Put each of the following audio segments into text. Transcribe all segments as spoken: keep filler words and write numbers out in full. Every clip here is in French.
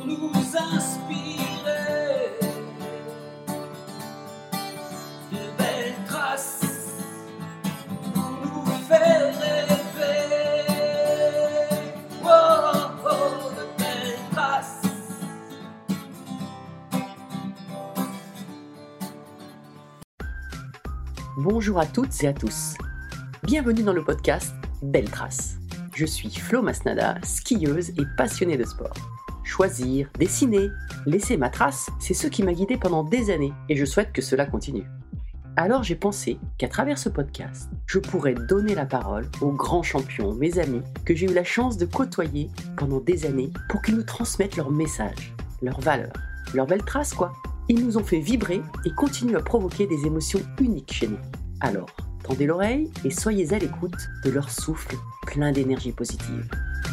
nous inspirer de belles traces pour nous faire rêver. Oh, oh, de belles traces. Bonjour à toutes et à tous. Bienvenue dans le podcast Belles Traces. Je suis Flo Masnada, skieuse et passionnée de sport. Choisir, dessiner, laisser ma trace, c'est ce qui m'a guidée pendant des années et je souhaite que cela continue. Alors j'ai pensé qu'à travers ce podcast, je pourrais donner la parole aux grands champions, mes amis, que j'ai eu la chance de côtoyer pendant des années pour qu'ils nous transmettent leurs messages, leurs valeurs, leurs belles traces quoi. Ils nous ont fait vibrer et continuent à provoquer des émotions uniques chez nous. Alors, tendez l'oreille et soyez à l'écoute de leur souffle plein d'énergie positive.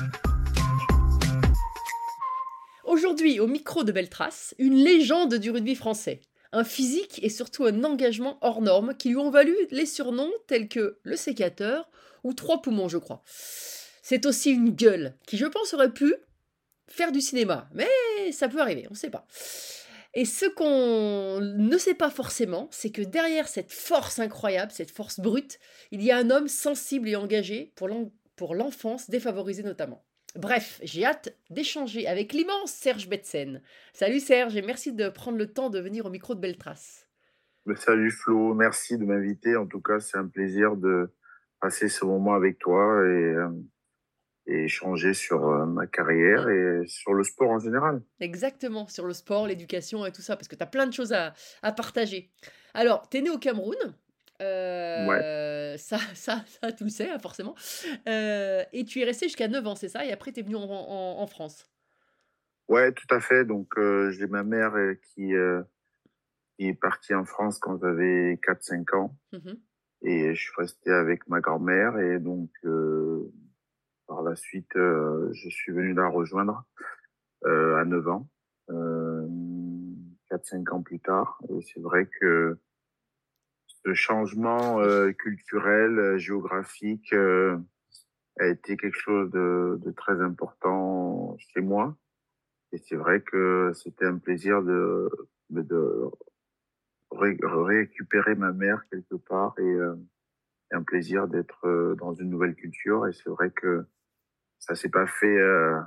Aujourd'hui, au micro de Belles Traces, une légende du rugby français. Un physique et surtout un engagement hors norme qui lui ont valu les surnoms tels que le sécateur ou trois poumons, je crois. C'est aussi une gueule qui, je pense, aurait pu faire du cinéma. Mais ça peut arriver, on ne sait pas. Et ce qu'on ne sait pas forcément, c'est que derrière cette force incroyable, cette force brute, il y a un homme sensible et engagé pour, l'en- pour l'enfance défavorisée notamment. Bref, j'ai hâte d'échanger avec l'immense Serge Betsen. Salut Serge et merci de prendre le temps de venir au micro de Belles Traces. Ben, Salut Flo, merci de m'inviter. En tout cas, c'est un plaisir de passer ce moment avec toi et, euh, et échanger sur euh, ma carrière et sur le sport en général. Exactement, sur le sport, l'éducation et tout ça, parce que tu as plein de choses à, à partager. Alors, tu es né au Cameroun, Ouais, euh, ça, ça, ça, tu le sais, hein, forcément, Euh, et tu es resté jusqu'à neuf ans, c'est ça, et après tu es venu en, en- en France. ouais, tout à fait. Donc, euh, j'ai ma mère euh, qui, euh, qui est partie en France quand j'avais quatre cinq ans Mhm. et je suis resté avec ma grand-mère et donc euh, par la suite, euh, je suis venu la rejoindre euh, à neuf ans, euh, quatre cinq ans plus tard. Et c'est vrai que ce changement euh, culturel, euh, géographique, euh, a été quelque chose de, de très important chez moi. Et c'est vrai que c'était un plaisir de, de, de ré- récupérer ma mère quelque part et euh, un plaisir d'être euh, dans une nouvelle culture. Et c'est vrai que ça s'est pas fait euh,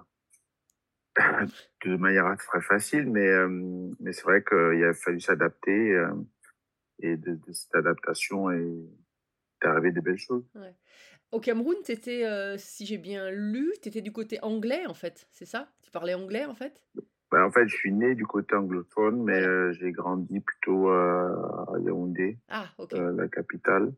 de manière très facile, mais, euh, mais c'est vrai qu'il a fallu s'adapter euh, et de, de cette adaptation est arrivé des belles choses. Ouais. Au Cameroun, t'étais, euh, si j'ai bien lu, tu étais du côté anglais, en fait, c'est ça? Tu parlais anglais, en fait? Bah, en fait, je suis né du côté anglophone, mais Voilà. euh, j'ai grandi plutôt euh, à Yaoundé, Ah, ok. euh, la capitale.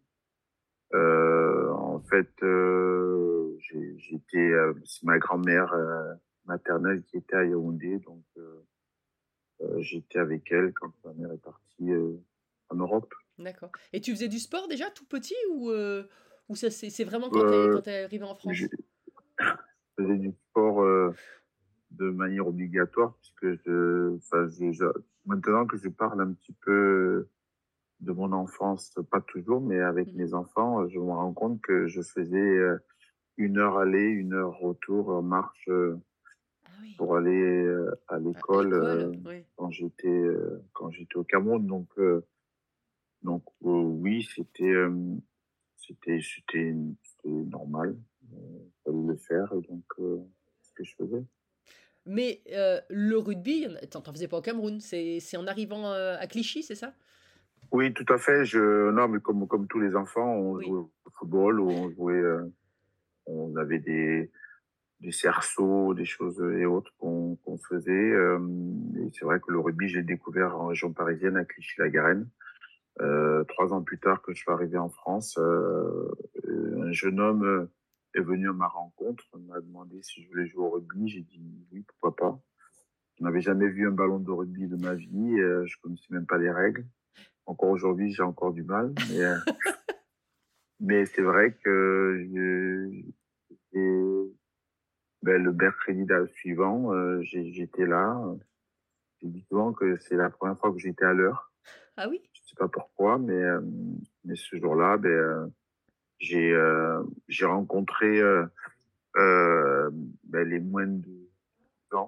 Euh, en fait, euh, j'ai- j'étais, euh, c'est ma grand-mère euh, maternelle qui était à Yaoundé, donc euh, euh, j'étais avec elle quand ma mère est partie euh, en Europe. D'accord. Et tu faisais du sport déjà, tout petit, ou, euh, ou ça, c'est, c'est vraiment quand t'es, Euh, quand t'es arrivé en je France? faisais du sport euh, de manière obligatoire, puisque je, enfin, je- je- maintenant que je parle un petit peu de mon enfance, pas toujours, mais avec Mhm. mes enfants, je me rends compte que je faisais euh, une heure aller, une heure retour en marche euh, Ah oui. pour aller euh, à À, à l'école l'école, euh, oui. quand j'étais euh, quand j'étais au Cameroun. Donc euh, donc euh, oui, c'était euh, c'était c'était c'était normal, euh, fallait le faire et donc euh, c'est ce que je faisais. Mais euh, le rugby, t'en t'en faisais pas au Cameroun, c'est, c'est en arrivant euh, à Clichy, c'est ça? Oui, tout à fait. Je non, mais comme comme tous les enfants, on Oui. jouait au football ou on jouait, euh, on avait des des cerceaux, des choses et autres qu'on qu'on faisait. Euh, et c'est vrai que le rugby, j'ai découvert en région parisienne à Clichy-la-Garenne. Euh, trois ans plus tard que je suis arrivé en France, euh, un jeune homme euh, est venu à ma rencontre, m'a demandé si je voulais jouer au rugby. J'ai dit oui, pourquoi pas. Je n'avais jamais vu un ballon de rugby de ma vie, euh, je connaissais même pas les règles. Encore aujourd'hui, j'ai encore du mal, mais euh, mais c'est vrai que je, j'ai- ben, le mercredi suivant, euh, j'ai- j'étais là. Je dis souvent que c'est la première fois que j'étais à l'heure. Ah oui? Je sais pas pourquoi, mais, euh, mais ce jour-là, ben, euh, j'ai euh, j'ai rencontré euh, euh, ben, les moins de dix ans.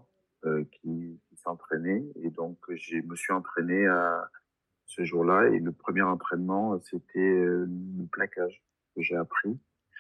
euh, qui, qui s'entraînaient. Et donc, je me suis entraîné à ce jour-là. Et le premier entraînement, c'était euh, le plaquage que j'ai appris.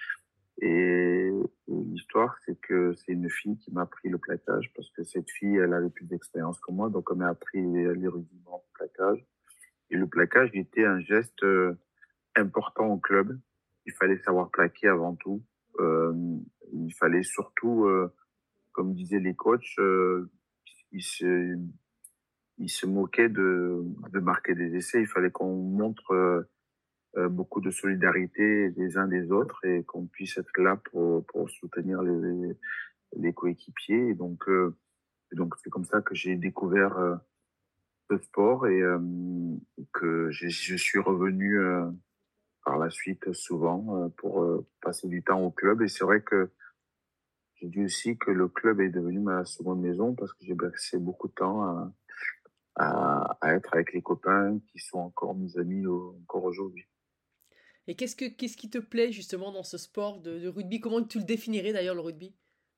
Et, et l'histoire, c'est que c'est une fille qui m'a appris le plaquage parce que cette fille, elle avait plus d'expérience que moi. Donc, elle m'a appris les, les rudiments du plaquage. Et le plaquage était un geste euh, important au club. Il fallait savoir plaquer avant tout. Euh, il fallait surtout, euh, comme disaient les coachs, euh, ils se, ils se moquaient de, de marquer des essais. Il fallait qu'on montre euh, euh, beaucoup de solidarité des uns des autres et qu'on puisse être là pour, pour soutenir les, les coéquipiers. Et donc, euh, et donc c'est comme ça que j'ai découvert euh, ce sport et euh, que je, je suis revenu euh, par la suite souvent euh, pour euh, passer du temps au club. Et c'est vrai que j'ai dit aussi que le club est devenu ma seconde maison parce que j'ai passé beaucoup de temps à, à, à être avec les copains qui sont encore mes amis au- encore aujourd'hui. Et qu'est-ce que qu'est-ce qui te plaît justement dans ce sport de, de rugby? Comment tu le définirais d'ailleurs le rugby?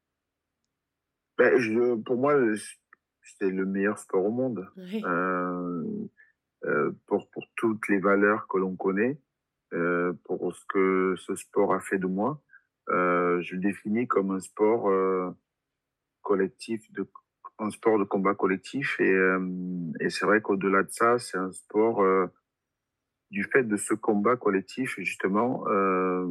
Ben, je, pour moi, c'est le meilleur sport au monde. Ouais. Euh, euh, pour, pour toutes les valeurs que l'on connaît, euh, pour ce que ce sport a fait de moi. Euh, je le définis comme un sport euh, collectif, de, un sport de combat collectif. Et, euh, et c'est vrai qu'au-delà de ça, c'est un sport euh, du fait de ce combat collectif, justement, euh,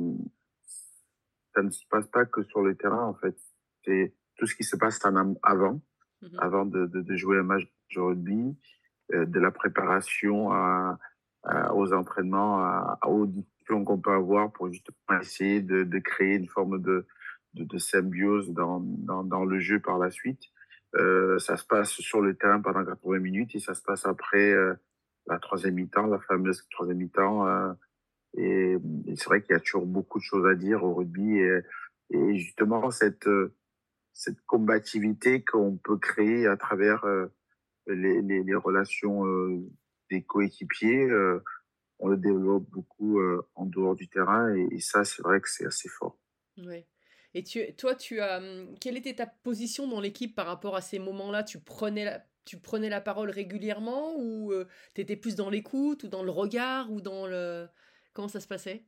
ça ne se passe pas que sur le terrain, en fait. C'est tout ce qui se passe en am- avant, Mhm. avant de, de, de jouer un match de rugby, euh, de la préparation à, à- aux entraînements, à, à- aux discussions qu'on peut avoir pour justement essayer de, de créer une forme de, de, de symbiose dans, dans, dans le jeu par la suite. Euh, ça se passe sur le terrain pendant quatre-vingts minutes et ça se passe après euh, la troisième mi-temps, la fameuse troisième mi-temps. Euh, et, et c'est vrai qu'il y a toujours beaucoup de choses à dire au rugby et, et justement cette, euh, cette combativité qu'on peut créer à travers euh, les, les, les relations euh, des coéquipiers, euh, on le développe beaucoup euh, en dehors du terrain et, et ça, c'est vrai que c'est assez fort. Ouais. Et tu, toi, tu as, hum, quelle était ta position dans l'équipe par rapport à ces moments-là? Tu prenais la, tu prenais la parole régulièrement ou tu étais plus dans l'écoute ou dans le regard ou dans le... Comment ça se passait?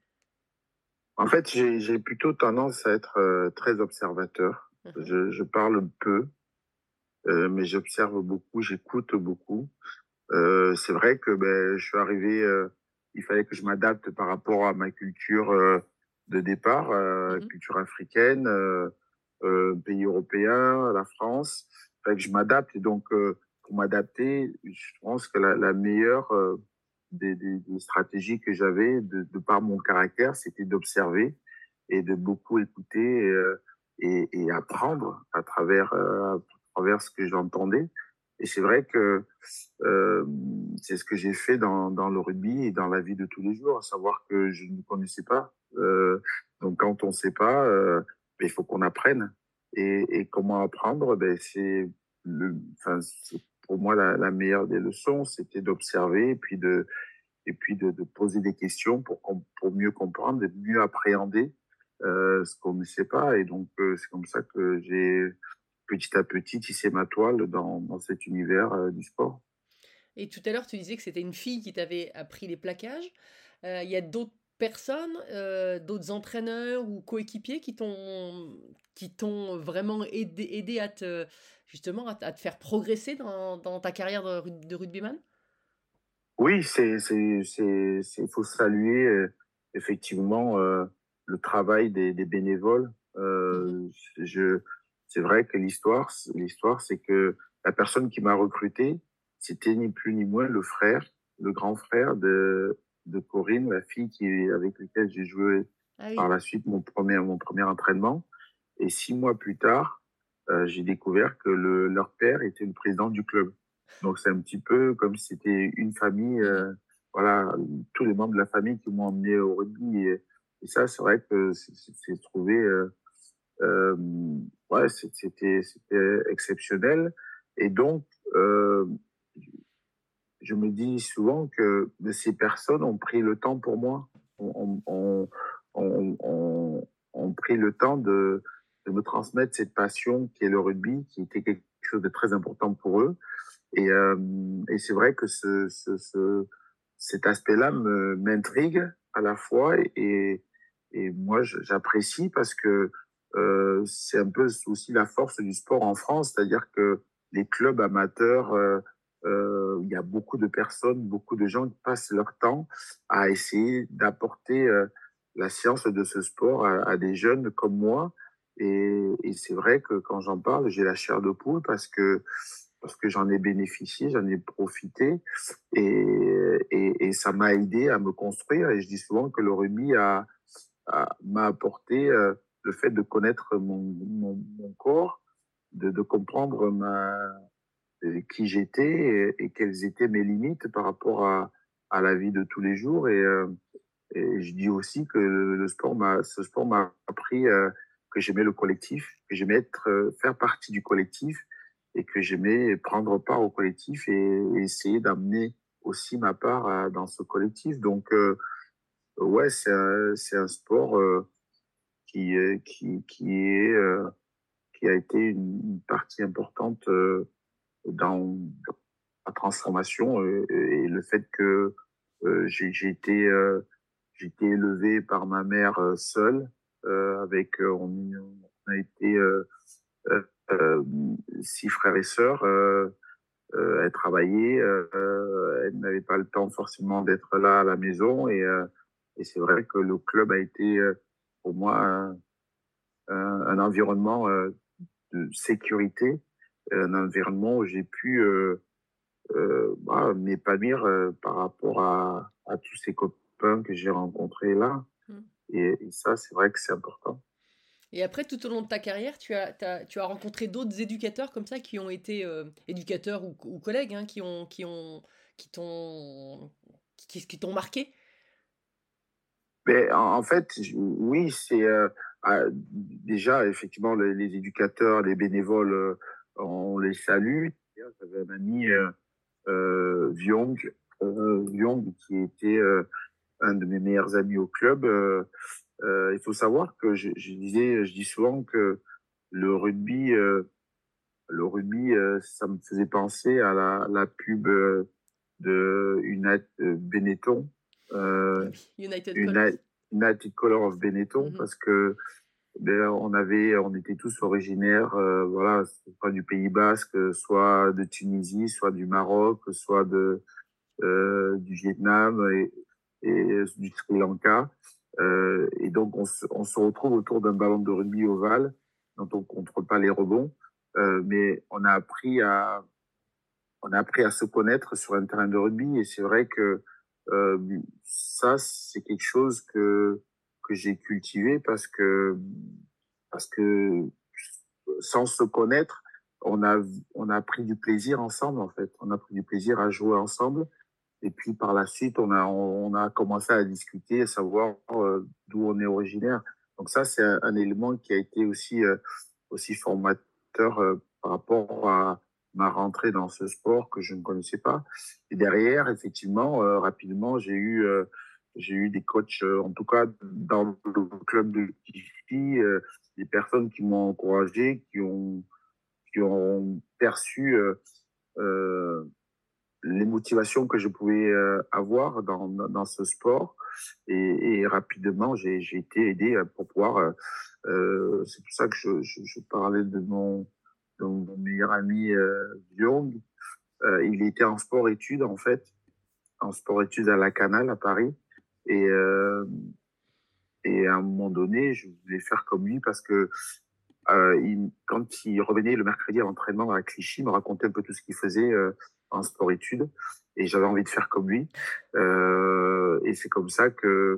En fait, j'ai, j'ai plutôt tendance à être euh, très observateur. Mhm. Je, je parle peu, euh, mais j'observe beaucoup, j'écoute beaucoup. Euh, c'est vrai que ben, je suis arrivé, euh, il fallait que je m'adapte par rapport à ma culture euh, de départ, euh, Mhm. culture africaine, euh, euh, pays européen, la France. Il fallait que je m'adapte et donc euh, pour m'adapter, je pense que la, la meilleure euh, des, des, des stratégies que j'avais de, de par mon caractère, c'était d'observer et de beaucoup écouter euh, et, et apprendre à travers, euh, à travers ce que j'entendais. Et c'est vrai que euh, c'est ce que j'ai fait dans, dans le rugby et dans la vie de tous les jours, à savoir que je ne connaissais pas. Euh, donc quand on ne sait pas, euh, ben, il faut qu'on apprenne. Et, et comment apprendre, ben, c'est le, enfin, c'est pour moi la, la meilleure des leçons, c'était d'observer et puis de et puis de, de poser des questions pour com- pour mieux comprendre et mieux appréhender euh, ce qu'on ne sait pas. Et donc euh, c'est comme ça que j'ai petit à petit tissé ma toile dans, dans cet univers euh, du sport. Et tout à l'heure, tu disais que c'était une fille qui t'avait appris les plaquages. Euh, Il y a d'autres personnes, euh, d'autres entraîneurs ou coéquipiers qui t'ont qui t'ont vraiment aidé, aidé à te justement à, te à te faire progresser dans, dans ta carrière de, rug- de rugbyman? Oui, c'est c'est c'est c'est faut saluer euh, effectivement euh, le travail des, des bénévoles. Mhm. Euh, je c'est vrai que l'histoire l'histoire c'est que la personne qui m'a recruté, c'était ni plus ni moins le frère, le grand frère de de Corinne, la fille qui avec laquelle j'ai joué Ah par oui. la suite mon premier mon premier entraînement. Et six mois plus tard, euh, j'ai découvert que le, leur père était le président du club. Donc c'est un petit peu comme si c'était une famille, Mhm. euh, voilà, tous les membres de la famille qui m'ont emmené au rugby. Et, et ça, c'est vrai que c'est c'est- c'est trouvé, euh, euh, ouais, c'est- c'était c'était exceptionnel. Et donc, euh, je me dis souvent que ces personnes ont pris le temps pour moi, ont, ont, ont, ont, ont- ont pris le temps de de me transmettre cette passion qui est le rugby, qui était quelque chose de très important pour eux. Et, euh, et c'est vrai que ce, ce, ce, cet aspect-là me, m'intrigue à la fois et, et moi je- j'apprécie parce que euh, c'est un peu aussi la force du sport en France, c'est-à-dire que les clubs amateurs, euh, euh, il y a beaucoup de personnes, beaucoup de gens qui passent leur temps à essayer d'apporter euh, la science de ce sport à, à des jeunes comme moi. Et, et c'est vrai que quand j'en parle, j'ai la chair de poule parce que parce que j'en ai bénéficié, j'en ai profité et, et, et ça m'a aidé à me construire. Et je dis souvent que le rugby a, a- m'a apporté euh, le fait de connaître mon, mon, mon corps, de, de comprendre ma, euh, qui j'étais et, et quelles étaient mes limites par rapport à, à la vie de tous les jours. Et, euh, et je dis aussi que le, le sport m'a, ce sport m'a appris euh, que j'aimais le collectif, que j'aimais être, euh, faire partie du collectif et que j'aimais prendre part au collectif et, et essayer d'amener aussi ma part à- dans ce collectif. Donc, euh, ouais, c'est un, c'est un sport euh, qui, euh, qui, qui est, euh, qui a été une, une partie importante euh, dans, dans la transformation euh, et le fait que euh, j'ai, j'ai été, euh, j'ai été élevé par ma mère euh, seule, euh, avec, euh, on, on a été euh, euh, euh, six frères et sœurs. Euh, euh, elle travaillait, euh, euh, elle n'avait pas le temps forcément d'être là à la maison et, euh, et c'est vrai que le club a été euh, pour moi un, un, un environnement euh, de sécurité, un environnement où j'ai pu euh, euh, bah, m'épanouir euh, par rapport à, à tous ces copains que j'ai rencontrés là. Mm. Et, et ça, c'est vrai que c'est important. Et après, tout au long de ta carrière, tu as, t'as- tu as rencontré d'autres éducateurs comme ça qui ont été euh, éducateurs ou, ou collègues, hein, qui ont, qui ont, qui t'ont, qui, qui t'ont marqué. Mais en, en fait, je- oui, c'est euh, ah, déjà effectivement les, les éducateurs, les bénévoles, euh, on les salue. J'avais un ami euh, euh, Viong, euh, Viong, qui était euh, un de mes meilleurs amis au club. Euh, euh, il faut savoir que je, je disais, je dis souvent que le rugby, euh, le rugby, euh, ça me faisait penser à la, la pub euh, de United euh, Benetton, Ah euh, oui, United United, Colors. United Color of Benetton, Mhm. parce que ben, on avait, on était tous originaires, euh, voilà, soit du Pays Basque, soit de Tunisie, soit du Maroc, soit de euh, du Vietnam et, et du Sri Lanka. Euh, et donc, on se, on se retrouve autour d'un ballon de rugby ovale dont on ne contrôle pas les rebonds. Euh, mais on a appris à, on a appris à se connaître sur un terrain de rugby. Et c'est vrai que euh, ça, c'est quelque chose que, que j'ai cultivé parce que, parce que sans se connaître, on a, on a pris du plaisir ensemble, en fait. On a pris du plaisir à jouer ensemble. Et puis par la suite, on a, on a commencé à discuter, à savoir euh, d'où on est originaire. Donc ça, c'est un, un élément qui a été aussi, euh, aussi formateur euh, par rapport à ma rentrée dans ce sport que je ne connaissais pas. Et derrière, effectivement, euh, rapidement, j'ai eu, euh, j'ai eu des coachs, euh, en tout cas dans le club de Kifi, euh, des personnes qui m'ont encouragé, qui ont, qui ont perçu euh, euh, les motivations que je pouvais euh, avoir dans, dans, dans ce sport. Et, et rapidement, j'ai, j'ai été aidé euh, pour pouvoir... Euh, euh, c'est pour ça que je, je, je parlais de mon, de mon meilleur ami euh, Young. Euh, il était en sport-études, en fait, en sport-études à la Canale, à Paris. Et, euh, et à un moment donné, je voulais faire comme lui parce que euh, il, quand il revenait le mercredi à l'entraînement à Clichy, il me racontait un peu tout ce qu'il faisait euh, en sport-études. Et j'avais envie de faire comme lui. Euh, et c'est comme ça que,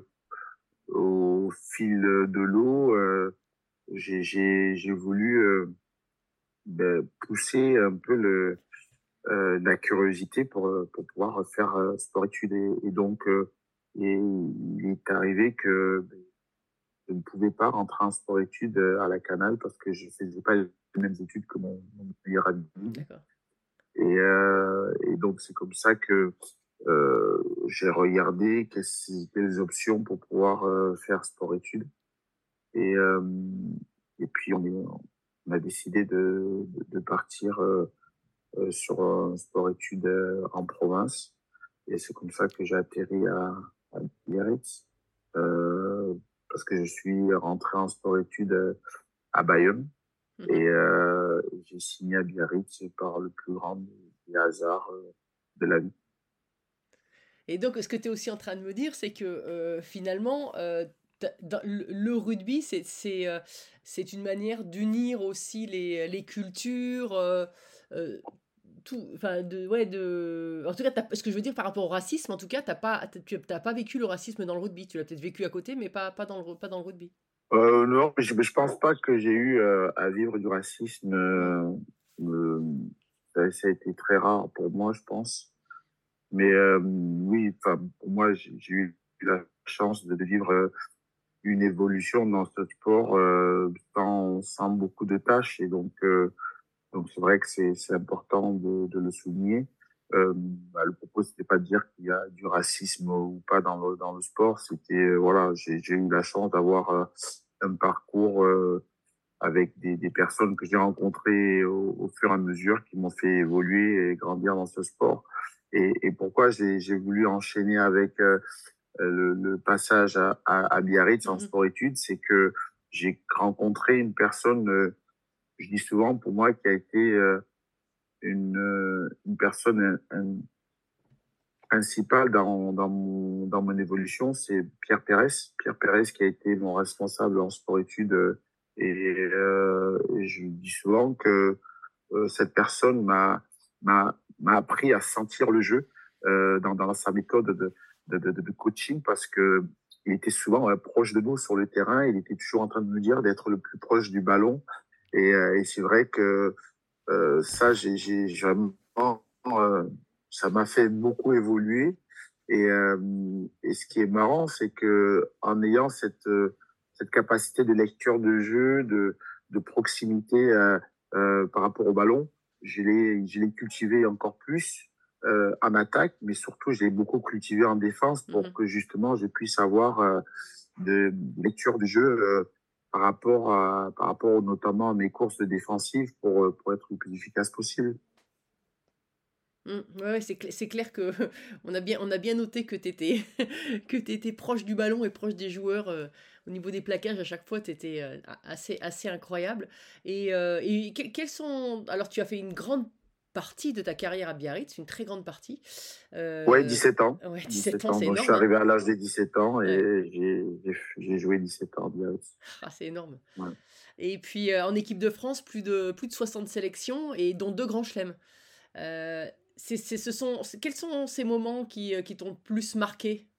au fil de l'eau, euh, j'ai, j'ai, j'ai voulu euh, ben, pousser un peu le, euh, la curiosité pour, pour pouvoir faire euh, sport-études. Et, et donc, euh, et il est arrivé que ben, je ne pouvais pas rentrer en sport-études à la Canale parce que je ne faisais pas les mêmes études que mon, mon meilleur ami. D'accord. Et, euh, et donc, c'est comme ça que euh, j'ai regardé quelles étaient les options pour pouvoir euh, faire sport-études. Et, euh, et puis, puis on, est, on a décidé de, de, de partir euh, euh, sur un sport-études euh, en province. Et c'est comme ça que j'ai atterri à, à Biarritz. Euh, parce que je suis rentré en sport-études euh, à Bayonne. Mhm. Et euh, j'ai signé à Biarritz par le plus grand des hasards euh, de la vie. Et donc, ce que tu es aussi en train de me dire, c'est que euh, finalement, euh, t'as- dans le le rugby, c'est c'est euh, c'est une manière d'unir aussi les, les cultures, euh, euh, tout, enfin, de, ouais, de, en tout cas, t'as- ce que je veux dire par rapport au racisme, en tout cas, t'as pas, t'as- tu t'as pas vécu le racisme dans le rugby. Tu l'as peut-être vécu à côté, mais pas, pas dans le, pas dans le rugby. Euh, non, je, je pense pas que j'ai eu euh, à vivre du racisme. Mm. Euh, euh, ça, ça a été très rare pour moi, je pense. Mais euh, oui, enfin, pour moi, j'ai j'ai eu la chance de vivre euh, une évolution dans ce sport euh, sans, sans beaucoup de tâches. Et donc, euh, donc c'est vrai que c'est c'est important de, de le souligner. Euh, bah, le propos, c'était pas de dire qu'il y a du racisme ou pas dans le, dans le sport. C'était, euh, voilà, j'ai j'ai eu la chance d'avoir euh, un parcours euh, avec des, des personnes que j'ai rencontrées au, au fur et à mesure qui m'ont fait évoluer et grandir dans ce sport. Et, et pourquoi j'ai j'ai voulu enchaîner avec euh, le, le passage à, à, à Biarritz en Mhm. sport-études, c'est que j'ai rencontré une personne, euh, je dis souvent pour moi, qui a été euh, une, euh, une personne un, un, principale dans, dans, mon, dans mon évolution, c'est Pierre Pérez. Pierre Pérez qui a été mon responsable en sport-études. Euh, et, euh, et je dis souvent que euh, cette personne m'a m'a m'a appris à sentir le jeu euh, dans, dans sa méthode de, de, de, de coaching parce que il était souvent euh, proche de nous sur le terrain. Il était toujours en train de nous dire d'être le plus proche du ballon. Et, euh, et c'est vrai que euh, ça, j'ai, j'ai vraiment, euh, ça m'a fait beaucoup évoluer. Et, euh, et ce qui est marrant, c'est que en ayant cette euh, cette capacité de lecture de jeu, de de proximité euh, euh, par rapport au ballon, je l'ai je l'ai cultivé encore plus euh, en attaque, mais surtout je l'ai beaucoup cultivé en défense pour Mhm. que justement je puisse avoir euh, de lecture du jeu euh, par rapport à par rapport notamment à mes courses défensives pour euh, pour être le plus efficace possible. Mm. Ouais, ouais, c'est cl- c'est clair que on a bien, on a bien noté que tu étais, que t'étais proche du ballon et proche des joueurs euh, au niveau des plaquages. À chaque fois, tu étais assez, assez incroyable. Et, euh, et que- quels sont. Alors, tu as fait une grande partie de ta carrière à Biarritz, une très grande partie. Ouais, Euh, dix-sept ans. ouais, dix-sept dix-sept ans, ans. c'est Donc, je suis énorme, hein. arrivé à l'âge de dix-sept ans Ouais. et j'ai, j'ai, j'ai joué dix-sept ans bien. Ah, c'est énorme. Ouais. Et puis, euh, en équipe de France, plus de, plus de soixante sélections et dont deux grands chelems. Euh, c'est, c'est- ce sont, c'est- quels sont ces moments qui, euh, qui t'ont le plus marqué?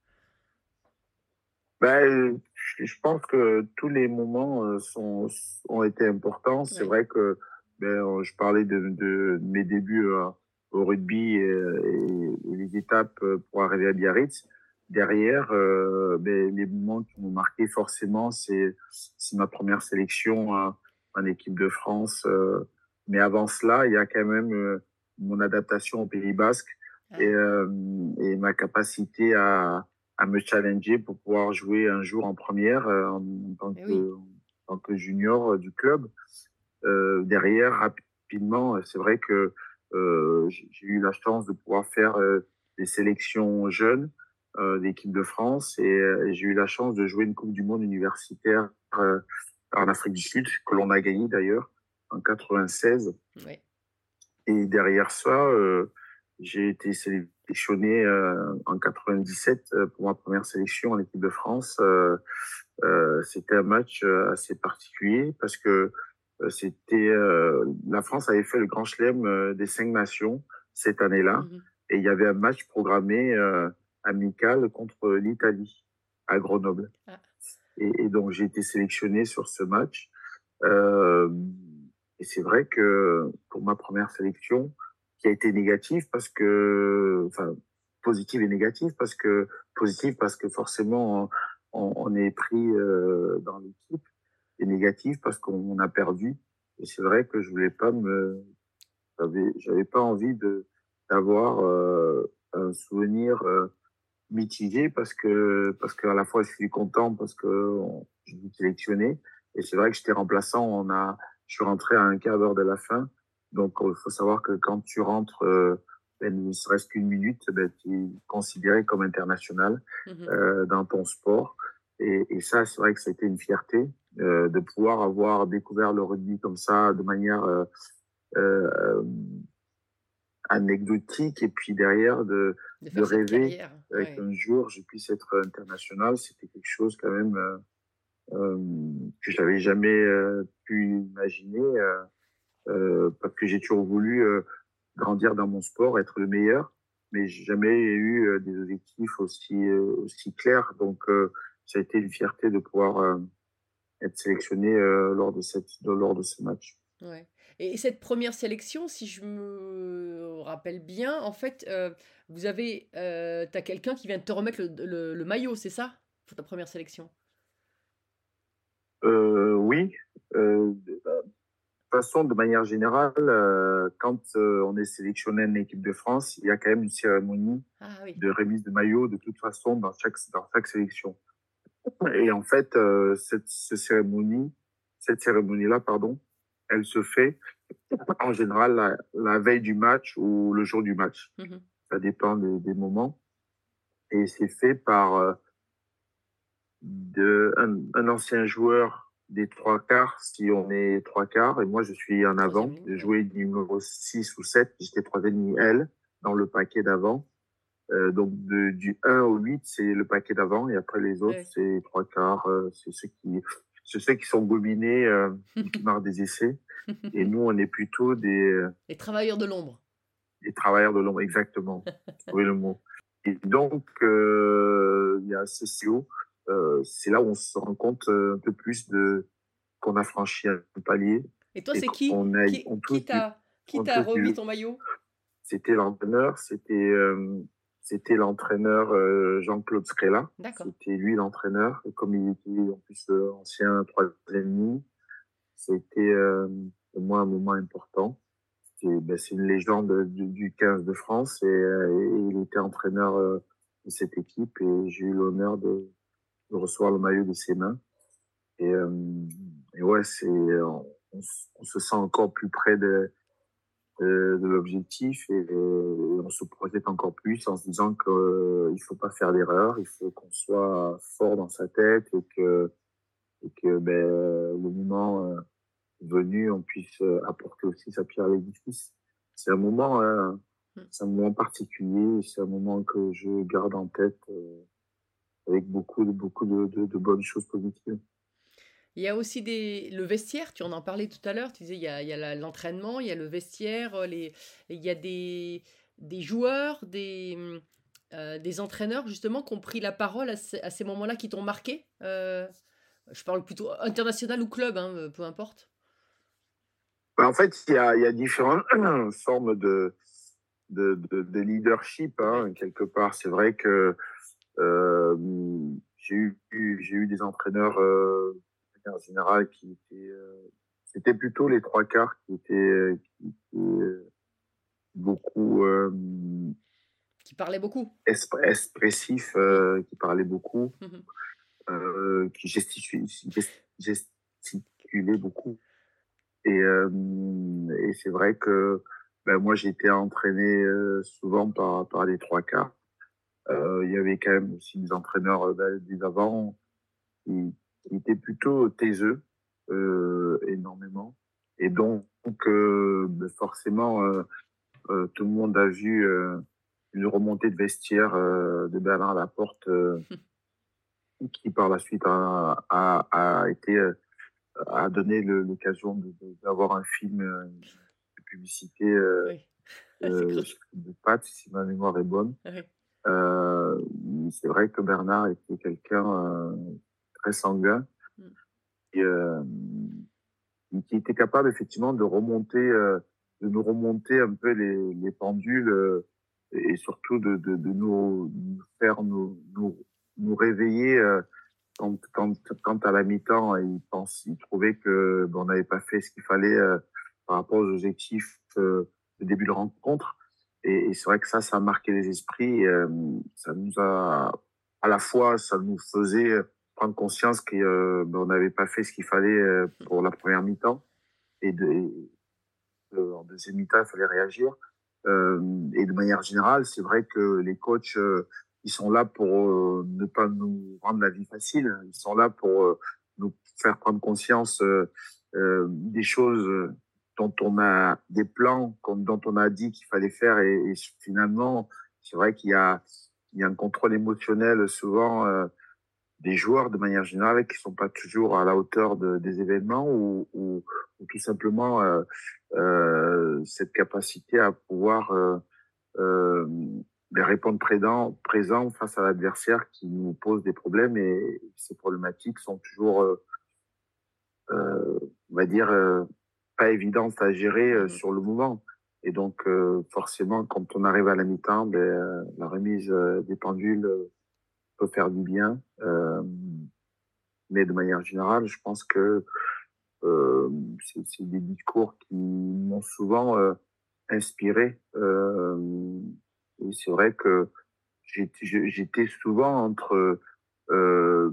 Ben, je je pense que tous les moments euh, sont, ont été importants. C'est Oui. vrai que ben, euh, je parlais de, de mes débuts euh, au rugby euh, et, et les étapes euh, pour arriver à Biarritz. Derrière, euh, ben, les moments qui m'ont marqué forcément, c'est c'est ma première sélection euh, en équipe de France. euh. Mais avant cela, il y a quand même euh, mon adaptation au Pays Basque et, Ah, euh, et ma capacité à à me challenger pour pouvoir jouer un jour en première euh, en, en tant eh oui. que, en tant que junior euh, du club. Euh, derrière, rapidement, c'est vrai que euh, j'ai j'ai eu la chance de pouvoir faire euh, des sélections jeunes euh, d'équipe de France et, euh, et j'ai eu la chance de jouer une Coupe du Monde universitaire euh, en Afrique du Sud, que l'on a gagné d'ailleurs en quatre-vingt-seize. Ouais. Et derrière ça, euh, j'ai été sélectionné euh, en quatre-vingt-dix-sept euh, pour ma première sélection en équipe de France. Euh, euh, c'était un match euh, assez particulier parce que euh, c'était euh, la France avait fait le grand chelem euh, des cinq nations cette année-là Mhm. et il y avait un match programmé euh, amical contre l'Italie à Grenoble. Ah, Et, et donc j'ai été sélectionné sur ce match. Euh, et c'est vrai que pour ma première sélection, qui a été négative parce que, enfin, positive et négative parce que, positive parce que forcément, on, on est pris euh, dans l'équipe et négative parce qu'on a perdu. Et c'est vrai que je voulais pas me, j'avais, j'avais pas envie de d'avoir euh, un souvenir euh, mitigé parce que parce qu'à la fois je suis content parce que on, je suis sélectionné Et c'est vrai que j'étais remplaçant. On a, je suis rentré à un quart d'heure de la fin. Donc, il faut savoir que quand tu rentres, euh, ben, ne serait-ce qu'une minute, ben, tu es considéré comme international Mhm. euh, dans ton sport. Et, et ça, c'est vrai que ça a été une fierté euh, de pouvoir avoir découvert le rugby comme ça, de manière euh, euh, anecdotique, et puis derrière de, De de faire cette rêver carrière. euh, Ouais. qu'un jour je puisse être international. C'était quelque chose quand même euh, euh, que j'avais jamais euh, pu imaginer euh, euh, parce que j'ai toujours voulu euh, grandir dans mon sport, être le meilleur, mais j'ai jamais eu euh, des objectifs aussi euh, aussi clairs. Donc euh, ça a été une fierté de pouvoir euh, être sélectionné euh, lors de cette de, lors de ce match. Ouais. Et cette première sélection, si je me rappelle bien, en fait, euh, vous avez, euh, t'as quelqu'un qui vient de te remettre le, le- le maillot, c'est ça? Pour ta première sélection. Euh, oui. Euh, de toute façon, de manière générale, euh, quand euh, on est sélectionné en équipe de France, il y a quand même une cérémonie Ah oui. de remise de maillot de toute façon dans chaque, dans chaque sélection. Et en fait, euh, cette, cette cérémonie, cette cérémonie-là, pardon, elle se fait en général la, la veille du match ou le jour du match. Mhm. Ça dépend des, des moments. Et c'est fait par euh, de, un, un ancien joueur des trois quarts, si on est trois quarts, et moi je suis en Troisième avant. ligne, Je oui. jouais numéro six ou sept, j'étais troisième ligne L dans le paquet d'avant. Euh, donc de, du un au huit, c'est le paquet d'avant, et après les autres, Ouais. c'est trois quarts, euh, c'est ceux qui, c'est ceux qui sont gominés, euh, qui marquent des essais. Et nous, on est plutôt des, Les travailleurs de l'ombre. des travailleurs de l'ombre, exactement. Oui, le mot. Et donc, euh, il y a C C O. Euh, c'est là où on se rend compte euh, un peu plus de qu'on a franchi un palier Et toi, et c'est qui? qu'on a, Qui, on qui touche du, t'a, qui on t'a touche remis du. ton maillot? C'était l'entraîneur, c'était, euh, c'était l'entraîneur euh, Jean-Claude Scrella. D'accord. C'était lui l'entraîneur. Et comme il était en plus euh, ancien troisième ligne, c'était euh, pour moi un moment important. C'est ben, c'est une légende du, du quinze de France et, euh, et il était entraîneur euh, de cette équipe et j'ai eu l'honneur de, de recevoir le maillot de ses mains. Et, euh, et ouais, c'est on, on, on se sent encore plus près de, de, de l'objectif et, et on se projette encore plus en se disant qu'il euh, il faut pas faire d'erreur, il faut qu'on soit fort dans sa tête et que, et que ben, le moment euh, venu, on puisse euh, apporter aussi sa pierre à l'édifice. C'est un moment, euh, Mm. c'est un moment particulier, c'est un moment que je garde en tête euh, avec beaucoup de beaucoup de, de, de bonnes choses positives. Il y a aussi des... le vestiaire, tu en en parlais tout à l'heure, tu disais il y a, il y a la- l'entraînement, il y a le vestiaire, euh, les... il y a des, des joueurs, des, hum, euh, des entraîneurs justement qui ont pris la parole à, ces à ces moments-là qui t'ont marqué. Euh, je parle plutôt international ou club, hein, euh, peu importe. Ben, en fait, il y a, il y a différentes formes de, de, de, de leadership, Ouais. hein, quelque part. C'est vrai que euh, j'ai eu, j'ai eu des entraîneurs euh, en général qui étaient, euh, c'était plutôt les trois quarts qui étaient, qui étaient euh, beaucoup euh, Qui parlait beaucoup. espr- expressifs, Mhm, euh, qui parlaient beaucoup, mhm. euh, qui gesticulaient, gesticulaient beaucoup. Et, euh, et c'est vrai que ben, moi, j'ai été entraîné euh, souvent par, par les trois quarts. Euh, il y avait quand même aussi des entraîneurs euh, ben, des avant qui, qui étaient plutôt taiseux, euh, énormément. Et donc, euh, ben, forcément, euh, euh, tout le monde a vu euh, une remontée de vestiaire euh, de Bernard Laporte euh, qui par la suite a, a, a été euh, a donné le- l'occasion de- de- d'avoir un film euh, de publicité euh, Oui, c'est de, creux. de Pat, si ma mémoire est bonne. Oui. Euh, c'est vrai que Bernard était quelqu'un euh, très sanguin Mm. et euh, qui était capable effectivement de remonter, euh, de nous remonter un peu les, les pendules euh, et surtout de, de, de nous, nous faire nous, nous, nous réveiller euh, quand, quand, quand à la mi-temps il pense, il trouvait que ben, on n'avait pas fait ce qu'il fallait euh, par rapport aux objectifs euh, de début de rencontre. Et, et c'est vrai que ça, ça a marqué les esprits. Euh, ça nous a, à la fois, ça nous faisait prendre conscience qu'on euh, ben, n'avait pas fait ce qu'il fallait euh, pour la première mi-temps. Et, de, et de, en deuxième mi-temps, il fallait réagir. Euh, et de manière générale, c'est vrai que les coachs, euh, ils sont là pour euh, ne pas nous rendre la vie facile. Ils sont là pour euh, nous faire prendre conscience euh, euh, des choses dont on a des plans, comme- dont on a dit qu'il fallait faire. Et, et finalement, c'est vrai qu'il y a, il y a un contrôle émotionnel souvent euh, des joueurs de manière générale qui sont pas toujours à la hauteur de, des événements ou, ou, ou tout simplement euh, euh, cette capacité à pouvoir euh, euh, ben, répondre présent, présent face à l'adversaire qui nous pose des problèmes et ces problématiques sont toujours, euh, euh, on va dire, euh, pas évidentes à gérer euh, Mhm. sur le moment. Et donc, euh, forcément, quand on arrive à la mi-temps, ben, euh, la remise euh, des pendules euh, peut faire du bien. Euh, mais de manière générale, je pense que euh, c'est c'est des discours qui m'ont souvent euh, inspiré. Euh, et c'est vrai que j'étais je- j'étais souvent entre euh,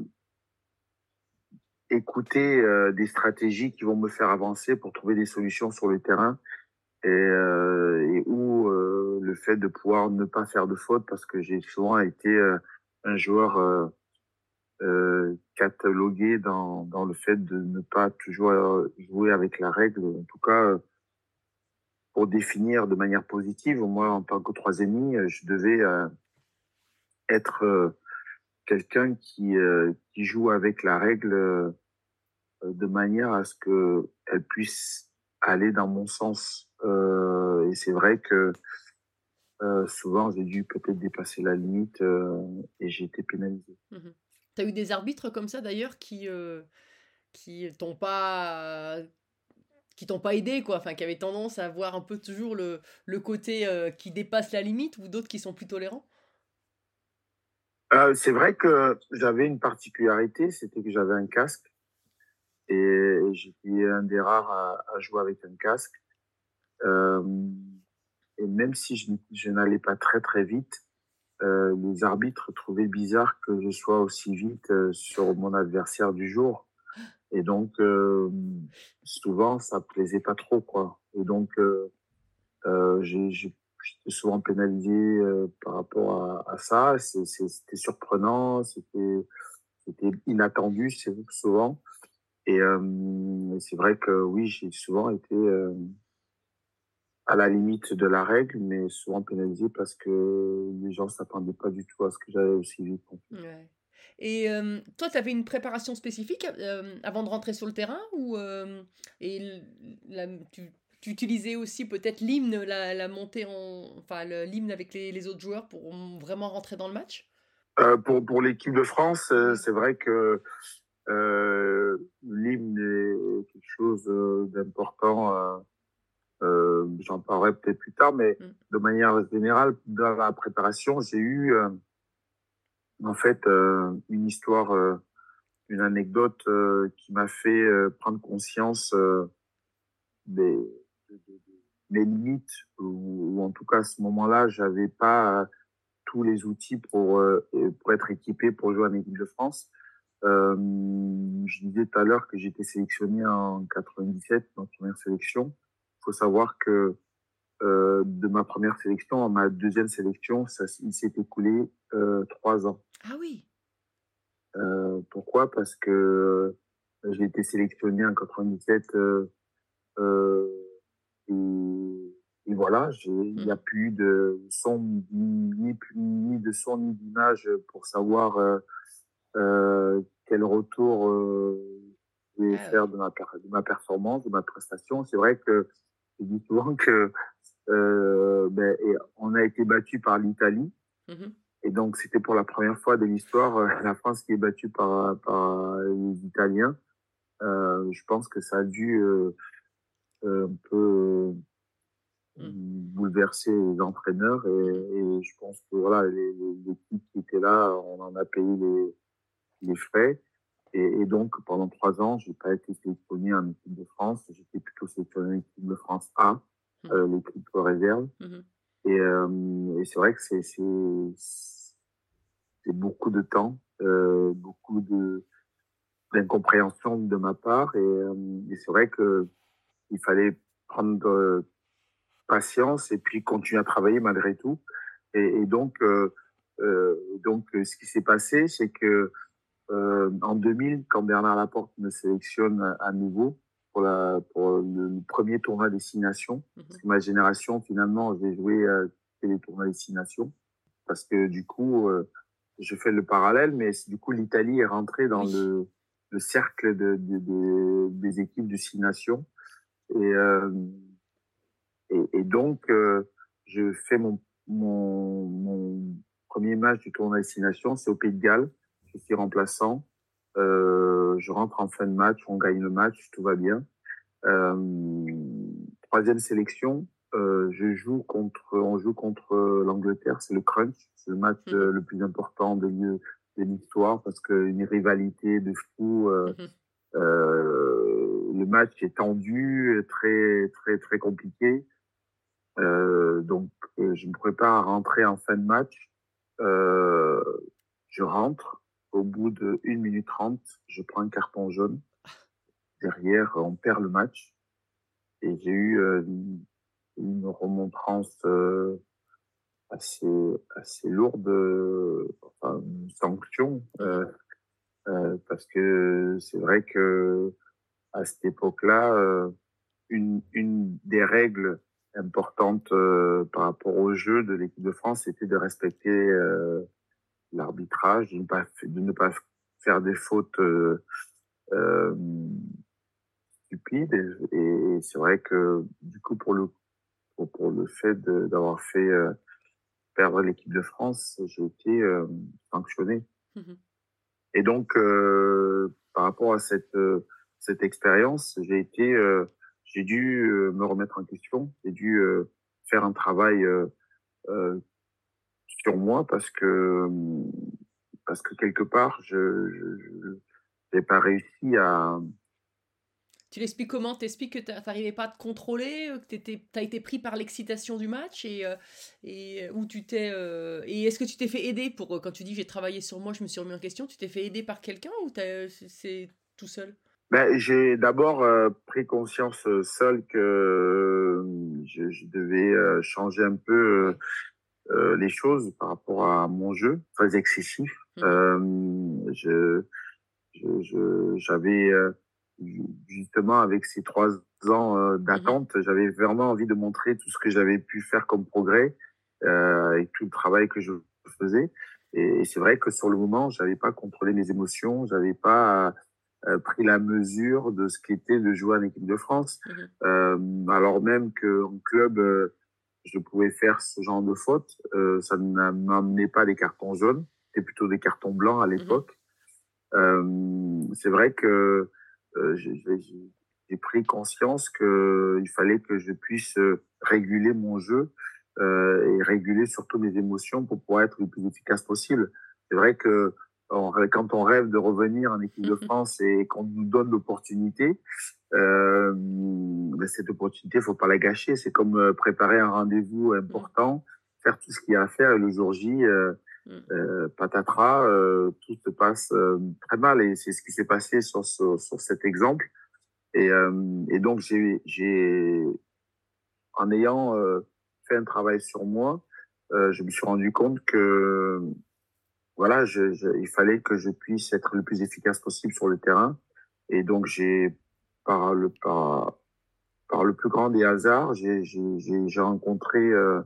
écouter euh, des stratégies qui vont me faire avancer pour trouver des solutions sur le terrain et, euh, et ou euh, le fait de pouvoir ne pas faire de faute parce que j'ai souvent été euh, un joueur euh, euh, catalogué dans, dans le fait de ne pas toujours euh, jouer avec la règle. En tout cas, euh, pour définir de manière positive, moi, en tant que troisième, euh, je devais euh, être euh, quelqu'un qui, euh, qui joue avec la règle euh, de manière à ce que elle puisse aller dans mon sens. Euh, et c'est vrai que euh, souvent, j'ai dû peut-être dépasser la limite euh, et j'ai été pénalisé. Mhm. T'as eu des arbitres comme ça d'ailleurs qui euh, qui t'ont pas qui t'ont pas aidé quoi, enfin qui avaient tendance à voir un peu toujours le, le côté euh, qui dépasse la limite ou d'autres qui sont plus tolérants? Euh, c'est vrai que j'avais une particularité, c'était que j'avais un casque et j'étais un des rares à, à jouer avec un casque. Euh, et même si je, je n'allais pas très très vite, euh, les arbitres trouvaient bizarre que je sois aussi vite euh, sur mon adversaire du jour. Et donc, euh, souvent, ça plaisait pas trop, quoi. Et donc, euh, euh, j'ai, j'ai- j'étais souvent pénalisé euh, par rapport à, à ça. C'est- c'est- C'était surprenant, c'était c'était inattendu, c'est souvent. Et euh, c'est vrai que oui, j'ai souvent été euh, à la limite de la règle, mais souvent pénalisé parce que les gens s'attendaient pas du tout à ce que j'aille aussi vite. Ouais. Et euh, toi, tu avais une préparation spécifique euh, avant de rentrer sur le terrain ou euh, et l- la- tu, tu utilisais aussi peut-être l'hymne, la, la montée en, enfin le- l'hymne avec les, les autres joueurs pour vraiment rentrer dans le match? Euh, pour pour l'équipe de France, euh, c'est vrai que euh, l'hymne est quelque chose euh, d'important. Euh, euh, j'en parlerai peut-être plus tard, mais Mm. de manière générale, dans la préparation, j'ai eu euh, en fait euh, une histoire, euh, une anecdote euh, qui m'a fait euh, prendre conscience euh, des, de, de- de mes limites, ou, ou en tout cas à ce moment-là, j'avais pas euh, tous les outils pour euh, pour être équipé pour jouer en équipe de France. Euh, je disais tout à l'heure que j'étais sélectionné en quatre-vingt-dix-sept, ma première sélection. Il faut savoir que euh, de ma première sélection à ma deuxième sélection, ça, il s'est écoulé euh, trois ans. Ah oui. Euh, pourquoi? Parce que j'ai été sélectionné en quatre-vingt-dix-sept euh, euh, et, et voilà, j'ai, il n'y a Mhm. plus de son, ni, ni de son ni d'image pour savoir euh, euh, quel retour euh, je vais Ah faire oui. de ma, de ma performance, de ma prestation. C'est vrai que je dis souvent que euh, ben, et on a été battu par l'Italie. Mhm. Et donc, c'était pour la première fois de l'histoire, euh, la France qui est battue par, par les Italiens. Euh, je pense que ça a dû euh, euh, un peu euh, Mm. bouleverser les entraîneurs. Mhm. Et, et je pense que voilà, les, les, l'équipe qui était là, on en a payé les, les frais. Et, et donc, pendant trois ans, j'ai pas été sélectionné en équipe de France. J'étais plutôt sélectionné en équipe de France A, Mhm. euh, l'équipe réserve. Mhm. Et, euh, et c'est vrai que c'est, c'est, c'est beaucoup de temps, euh, beaucoup de, d'incompréhension de ma part. Et, euh, et c'est vrai qu'il fallait prendre euh, patience et puis continuer à travailler malgré tout. Et, et donc, euh, euh, donc, ce qui s'est passé, c'est que euh, en deux mille, quand Bernard Laporte me sélectionne à nouveau pour, la, pour le, le premier tournoi Destination, Mhm. parce que ma génération, finalement, j'ai joué euh, les tournois Destination, parce que du coup, euh, je fais le parallèle, mais du coup, l'Italie est rentrée dans Oui. le, le cercle de, de, de, des équipes de Six Nations. Et, euh, et, et donc, euh, je fais mon, mon, mon premier match du tournoi Destination, c'est au Pays de Galles. Je suis remplaçant. Euh, je rentre en fin de match, on gagne le match, tout va bien. Euh, troisième sélection, euh, je joue contre, on joue contre l'Angleterre, c'est le crunch, c'est le match Mhm. euh, le plus important de, de l'histoire parce qu'une rivalité de fou. Euh, Mhm. euh, le match est tendu, très très très compliqué. Euh, donc, euh, je me prépare à rentrer en fin de match. Euh, je rentre. Au bout de une minute trente, je prends un carton jaune. Derrière, on perd le match. Et j'ai eu euh, une, une remontrance euh, assez, assez lourde, euh, enfin, une sanction. Euh, euh, parce que c'est vrai que à cette époque-là, euh, une, une des règles importantes euh, par rapport au jeu de l'équipe de France, c'était de respecter euh, l'arbitrage, de ne pas, de ne pas faire des fautes euh, euh, stupides. Et, et c'est vrai que du coup, pour le, pour, pour le fait de, d'avoir fait euh, perdre l'équipe de France, j'ai été euh, sanctionné. Mhm. Et donc, euh, par rapport à cette, euh, cette expérience, j'ai été, euh, j'ai dû euh, me remettre en question. J'ai dû euh, faire un travail euh, euh, sur moi parce que, parce que quelque part, je n'ai pas réussi à. Tu l'expliques comment? T'expliques que t'a- t'arrivais pas à te contrôler, euh, que t'étais, t'as été pris par l'excitation du match et, euh, et euh, où tu t'es euh, et est-ce que tu t'es fait aider pour euh, quand tu dis j'ai travaillé sur moi, je me suis remis en question, tu t'es fait aider par quelqu'un ou t'as- c'est c'est tout seul? Ben, j'ai d'abord euh, pris conscience euh, seul que euh, je, je devais euh, changer un peu euh, Ouais. euh, les choses par rapport à mon jeu, très excessif. Mhm. Euh, je, je, je- j'avais euh, justement avec ces trois ans euh, Mhm. d'attente, j'avais vraiment envie de montrer tout ce que j'avais pu faire comme progrès euh, et tout le travail que je faisais. Et, et c'est vrai que sur le moment, j'avais pas contrôlé mes émotions, j'avais pas euh, pris la mesure de ce qu'était de jouer en équipe de France, Mhm. euh, alors même qu'en club, euh, je pouvais faire ce genre de fautes. Euh, ça ne m'amenait pas des cartons jaunes, c'était plutôt des cartons blancs à Mhm. l'époque. Euh, c'est vrai que euh, j'ai j'ai- j'ai pris conscience qu'il fallait que je puisse euh, réguler mon jeu euh, et réguler surtout mes émotions pour pouvoir être le plus efficace possible. C'est vrai que on rê- quand on rêve de revenir en équipe de Mhm. France et qu'on nous donne l'opportunité, euh, ben, cette opportunité, il faut pas la gâcher. C'est comme euh, préparer un rendez-vous Mhm. important, faire tout ce qu'il y a à faire et le jour J, euh, Mhm. euh, patatras, euh, tout se passe euh, très mal et c'est ce qui s'est passé sur, ce, sur cet exemple. Et, euh, et donc, j'ai, j'ai, en ayant euh, fait un travail sur moi, euh, je me suis rendu compte que voilà, je, je, il fallait que je puisse être le plus efficace possible sur le terrain. Et donc, j'ai, par le, par, par le plus grand des hasards, j'ai, j'ai, j'ai j'ai rencontré euh,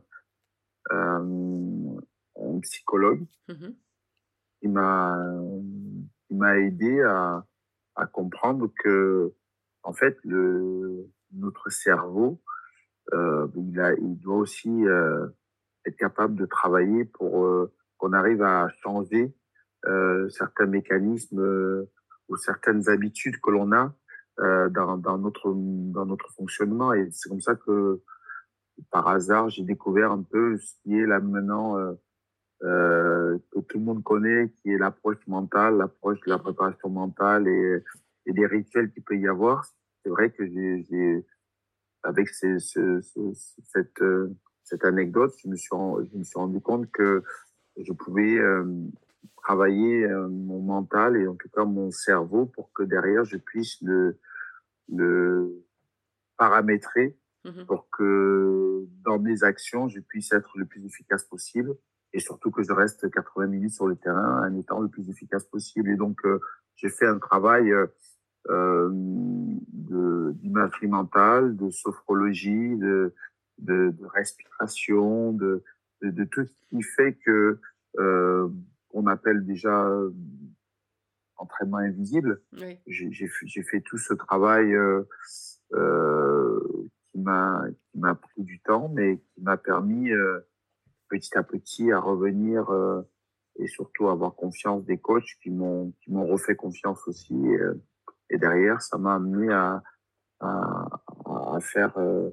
un, un psychologue Mhm. qui m'a qui m'a aidé à, à comprendre que en fait le notre cerveau euh, il a il doit aussi euh, être capable de travailler pour euh, qu'on arrive à changer euh, certains mécanismes euh, ou certaines habitudes que l'on a euh, dans, dans notre dans notre fonctionnement et c'est comme ça que par hasard j'ai découvert un peu ce qui est là maintenant euh, euh, que tout le monde connaît, qui est l'approche mentale, l'approche de la Mhm. préparation mentale et, et des rituels qu'il peut y avoir. C'est vrai que j'ai, j'ai avec ces, ce, ce, cette, euh, cette anecdote, je me, suis, ren- je me suis rendu compte que je pouvais euh, travailler euh, mon mental et en tout cas mon cerveau pour que derrière je puisse le, le paramétrer Mhm. pour que dans mes actions, je puisse être le plus efficace possible et surtout que je reste quatre-vingts minutes sur le terrain en étant le plus efficace possible. Et donc, euh, j'ai fait un travail euh, euh, de- d'imagerie mentale, de sophrologie, de, de, de respiration, de, de, de tout ce qui fait que euh, on appelle déjà euh, entraînement invisible. Oui. J'ai j'ai fait j'ai fait tout ce travail euh, euh, qui m'a qui m'a pris du temps, mais qui m'a permis euh, petit à petit à revenir euh, et surtout avoir confiance des coachs qui m'ont qui m'ont refait confiance aussi. Et, euh, et derrière, ça m'a amené à à, à faire euh,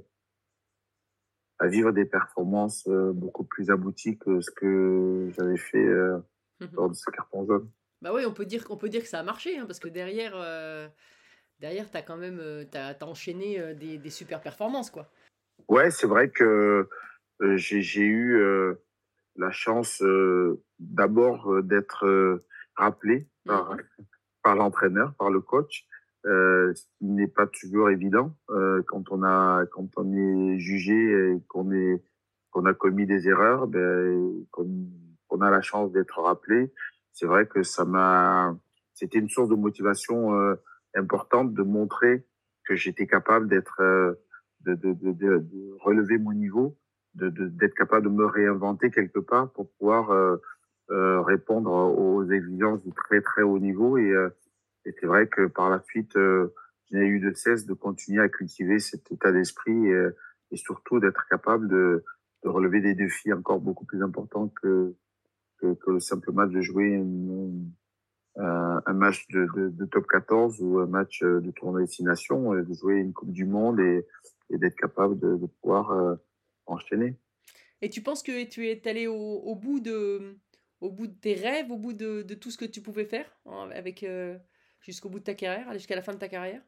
à vivre des performances euh, beaucoup plus abouties que ce que j'avais fait euh, Mhm. lors de ce carton jaune. Bah oui, on peut dire, on peut dire que ça a marché, hein, parce que derrière, euh, derrière, t'as quand même, euh, t'as, t'as enchaîné euh, des, des super performances, quoi. Ouais, c'est vrai que euh, j'ai j'ai eu euh, la chance euh, d'abord euh, d'être euh, rappelé par, Mhm. par l'entraîneur, par le coach, euh, ce qui n'est pas toujours évident euh, quand on a quand on est jugé et qu'on est qu'on a commis des erreurs, ben, qu'on qu'on a la chance d'être rappelé. C'est vrai que ça m'a c'était une source de motivation euh, importante de montrer que j'étais capable d'être euh, de, de, de, de, de relever mon niveau, de, de, d'être capable de me réinventer quelque part pour pouvoir euh, euh, répondre aux exigences du très très haut niveau. Et, euh, et c'est vrai que par la suite, euh, je n'ai eu de cesse de continuer à cultiver cet état d'esprit et, et surtout d'être capable de, de relever des défis encore beaucoup plus importants que, que, que le simple match de jouer une, un, un match de, de, de top quatorze ou un match de tournoi destination, de jouer une Coupe du Monde et, et d'être capable de, de pouvoir euh, enchaîner. Et tu penses que tu es allé au, au bout de, au bout de tes rêves, au bout de, de tout ce que tu pouvais faire, hein, avec, euh, jusqu'au bout de ta carrière, jusqu'à la fin de ta carrière?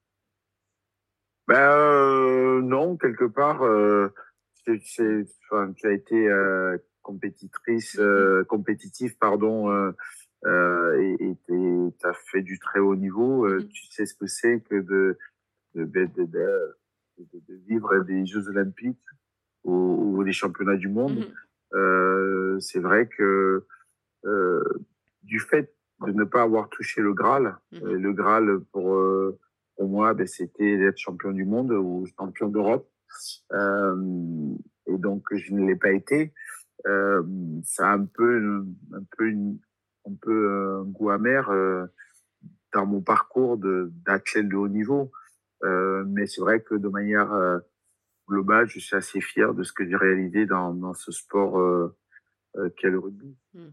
Ben euh, non, quelque part, euh, c'est, c'est, enfin, tu as été euh, compétitrice, Mhm. euh, compétitive, pardon, euh, euh, et tu as fait du très haut niveau. Euh, Mhm. tu sais ce que c'est que de, de, de, de, de, de- de vivre des Jeux Olympiques ou, ou des championnats du monde. Mhm. Euh, c'est vrai que euh, du fait de ne pas avoir touché le Graal, Mhm. euh, le Graal pour, euh, pour moi, ben, c'était d'être champion du monde ou champion d'Europe. Euh, et donc, je ne l'ai pas été. Euh, ça a un peu, un peu, une, un peu euh, un goût amer euh, dans mon parcours de, d'athlète de haut niveau. Euh, mais c'est vrai que de manière euh, globale, je suis assez fier de ce que j'ai réalisé dans, dans ce sport euh, euh, qu'est le rugby. Mhm.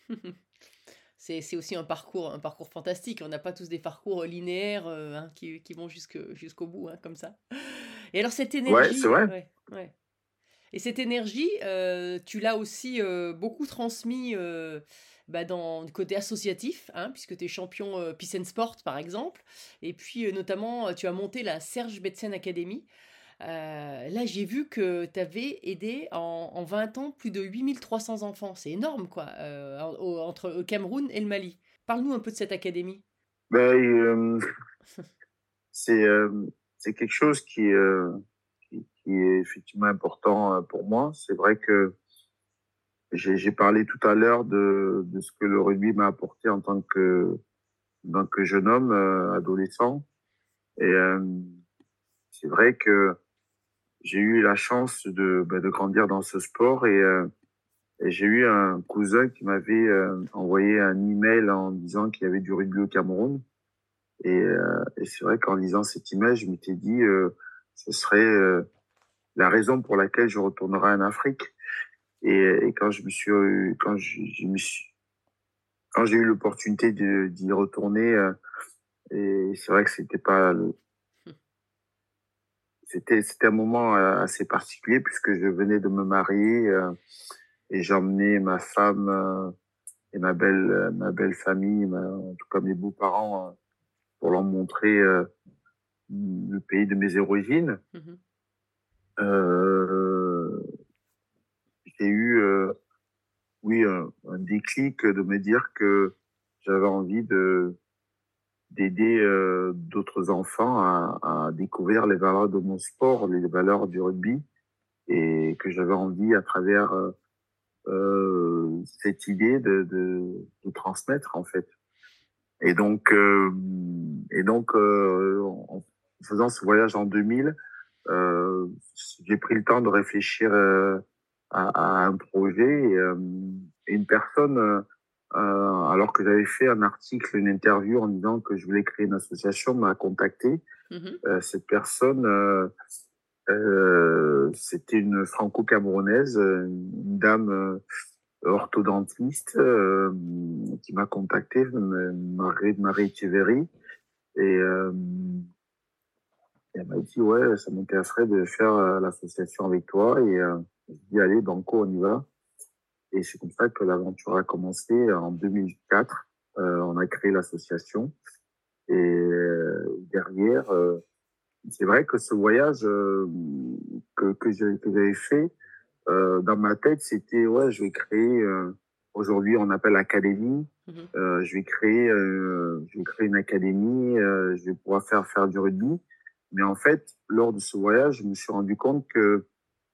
C'est, c'est aussi un parcours, un parcours fantastique. On n'a pas tous des parcours linéaires euh, hein, qui, qui vont jusque, jusqu'au bout, hein, comme ça. Et alors cette Ouais, c'est énergie, vrai. ouais, ouais. Et cette énergie, euh, tu l'as aussi euh, beaucoup transmis euh, bah, dans le côté associatif, hein, puisque tu es champion euh, Peace and Sport, par exemple. Et puis, euh, notamment, euh, tu as monté la Serge Betsen Academy. Euh, là, j'ai vu que tu avais aidé en, en vingt ans plus de huit mille trois cents enfants. C'est énorme, quoi, euh, en- au- entre le Cameroun et le Mali. Parle-nous un peu de cette académie. Ben, euh, c'est euh, c'est quelque chose qui, euh, qui, qui est effectivement important euh, pour moi. C'est vrai que j'ai j'ai parlé tout à l'heure de, de ce que le rugby m'a apporté en tant que, en tant que jeune homme, euh, adolescent. Et euh, c'est vrai que j'ai eu la chance de, ben, de grandir dans ce sport et, euh, et j'ai eu un cousin qui m'avait euh, envoyé un email en disant qu'il y avait du rugby au Cameroun. Et, euh, et c'est vrai qu'en lisant cette image, je m'étais dit, euh, ce serait euh, la raison pour laquelle je retournerai en Afrique. Et, et quand je me suis, quand je, je me suis, quand j'ai eu l'opportunité de, d'y retourner, euh, et c'est vrai que c'était pas, c'était, c'était un moment euh, assez particulier puisque je venais de me marier euh, et j'emmenais ma femme euh, et ma belle, euh, ma belle famille, ma- en tout cas mes beaux-parents, euh, pour leur montrer euh, le pays de mes origines. Mhm. Euh, j'ai eu euh, oui, un, un déclic de me dire que j'avais envie de d'aider euh, d'autres enfants à, à découvrir les valeurs de mon sport, les valeurs du rugby, et que j'avais envie à travers euh, euh, cette idée de, de, de transmettre en fait. Et donc, euh, et donc euh, en faisant ce voyage en deux mille, euh, j'ai pris le temps de réfléchir euh, à, à un projet et, euh, et une personne, euh, euh, alors que j'avais fait un article, une interview en disant que je voulais créer une association, m'a contacté. Mhm. Euh, cette personne, euh, euh, c'était une franco-camerounaise, une dame euh, orthodontiste euh, qui m'a contacté, Marie, Marie Thievery, et euh, elle m'a dit ouais, ça m'intéresserait de faire euh, l'association avec toi, et euh, je dis allez, banco, on y va. Et c'est comme ça que l'aventure a commencé en deux mille quatre. Euh, on a créé l'association, et euh, derrière, euh, c'est vrai que ce voyage euh, que que j'ai- que j'avais fait, Euh, dans ma tête, c'était, ouais, je vais créer, euh, aujourd'hui, on appelle académie. Mhm. Euh, je vais créer, euh, je vais créer une académie, euh, je vais pouvoir faire faire du rugby. Mais en fait, lors de ce voyage, je me suis rendu compte que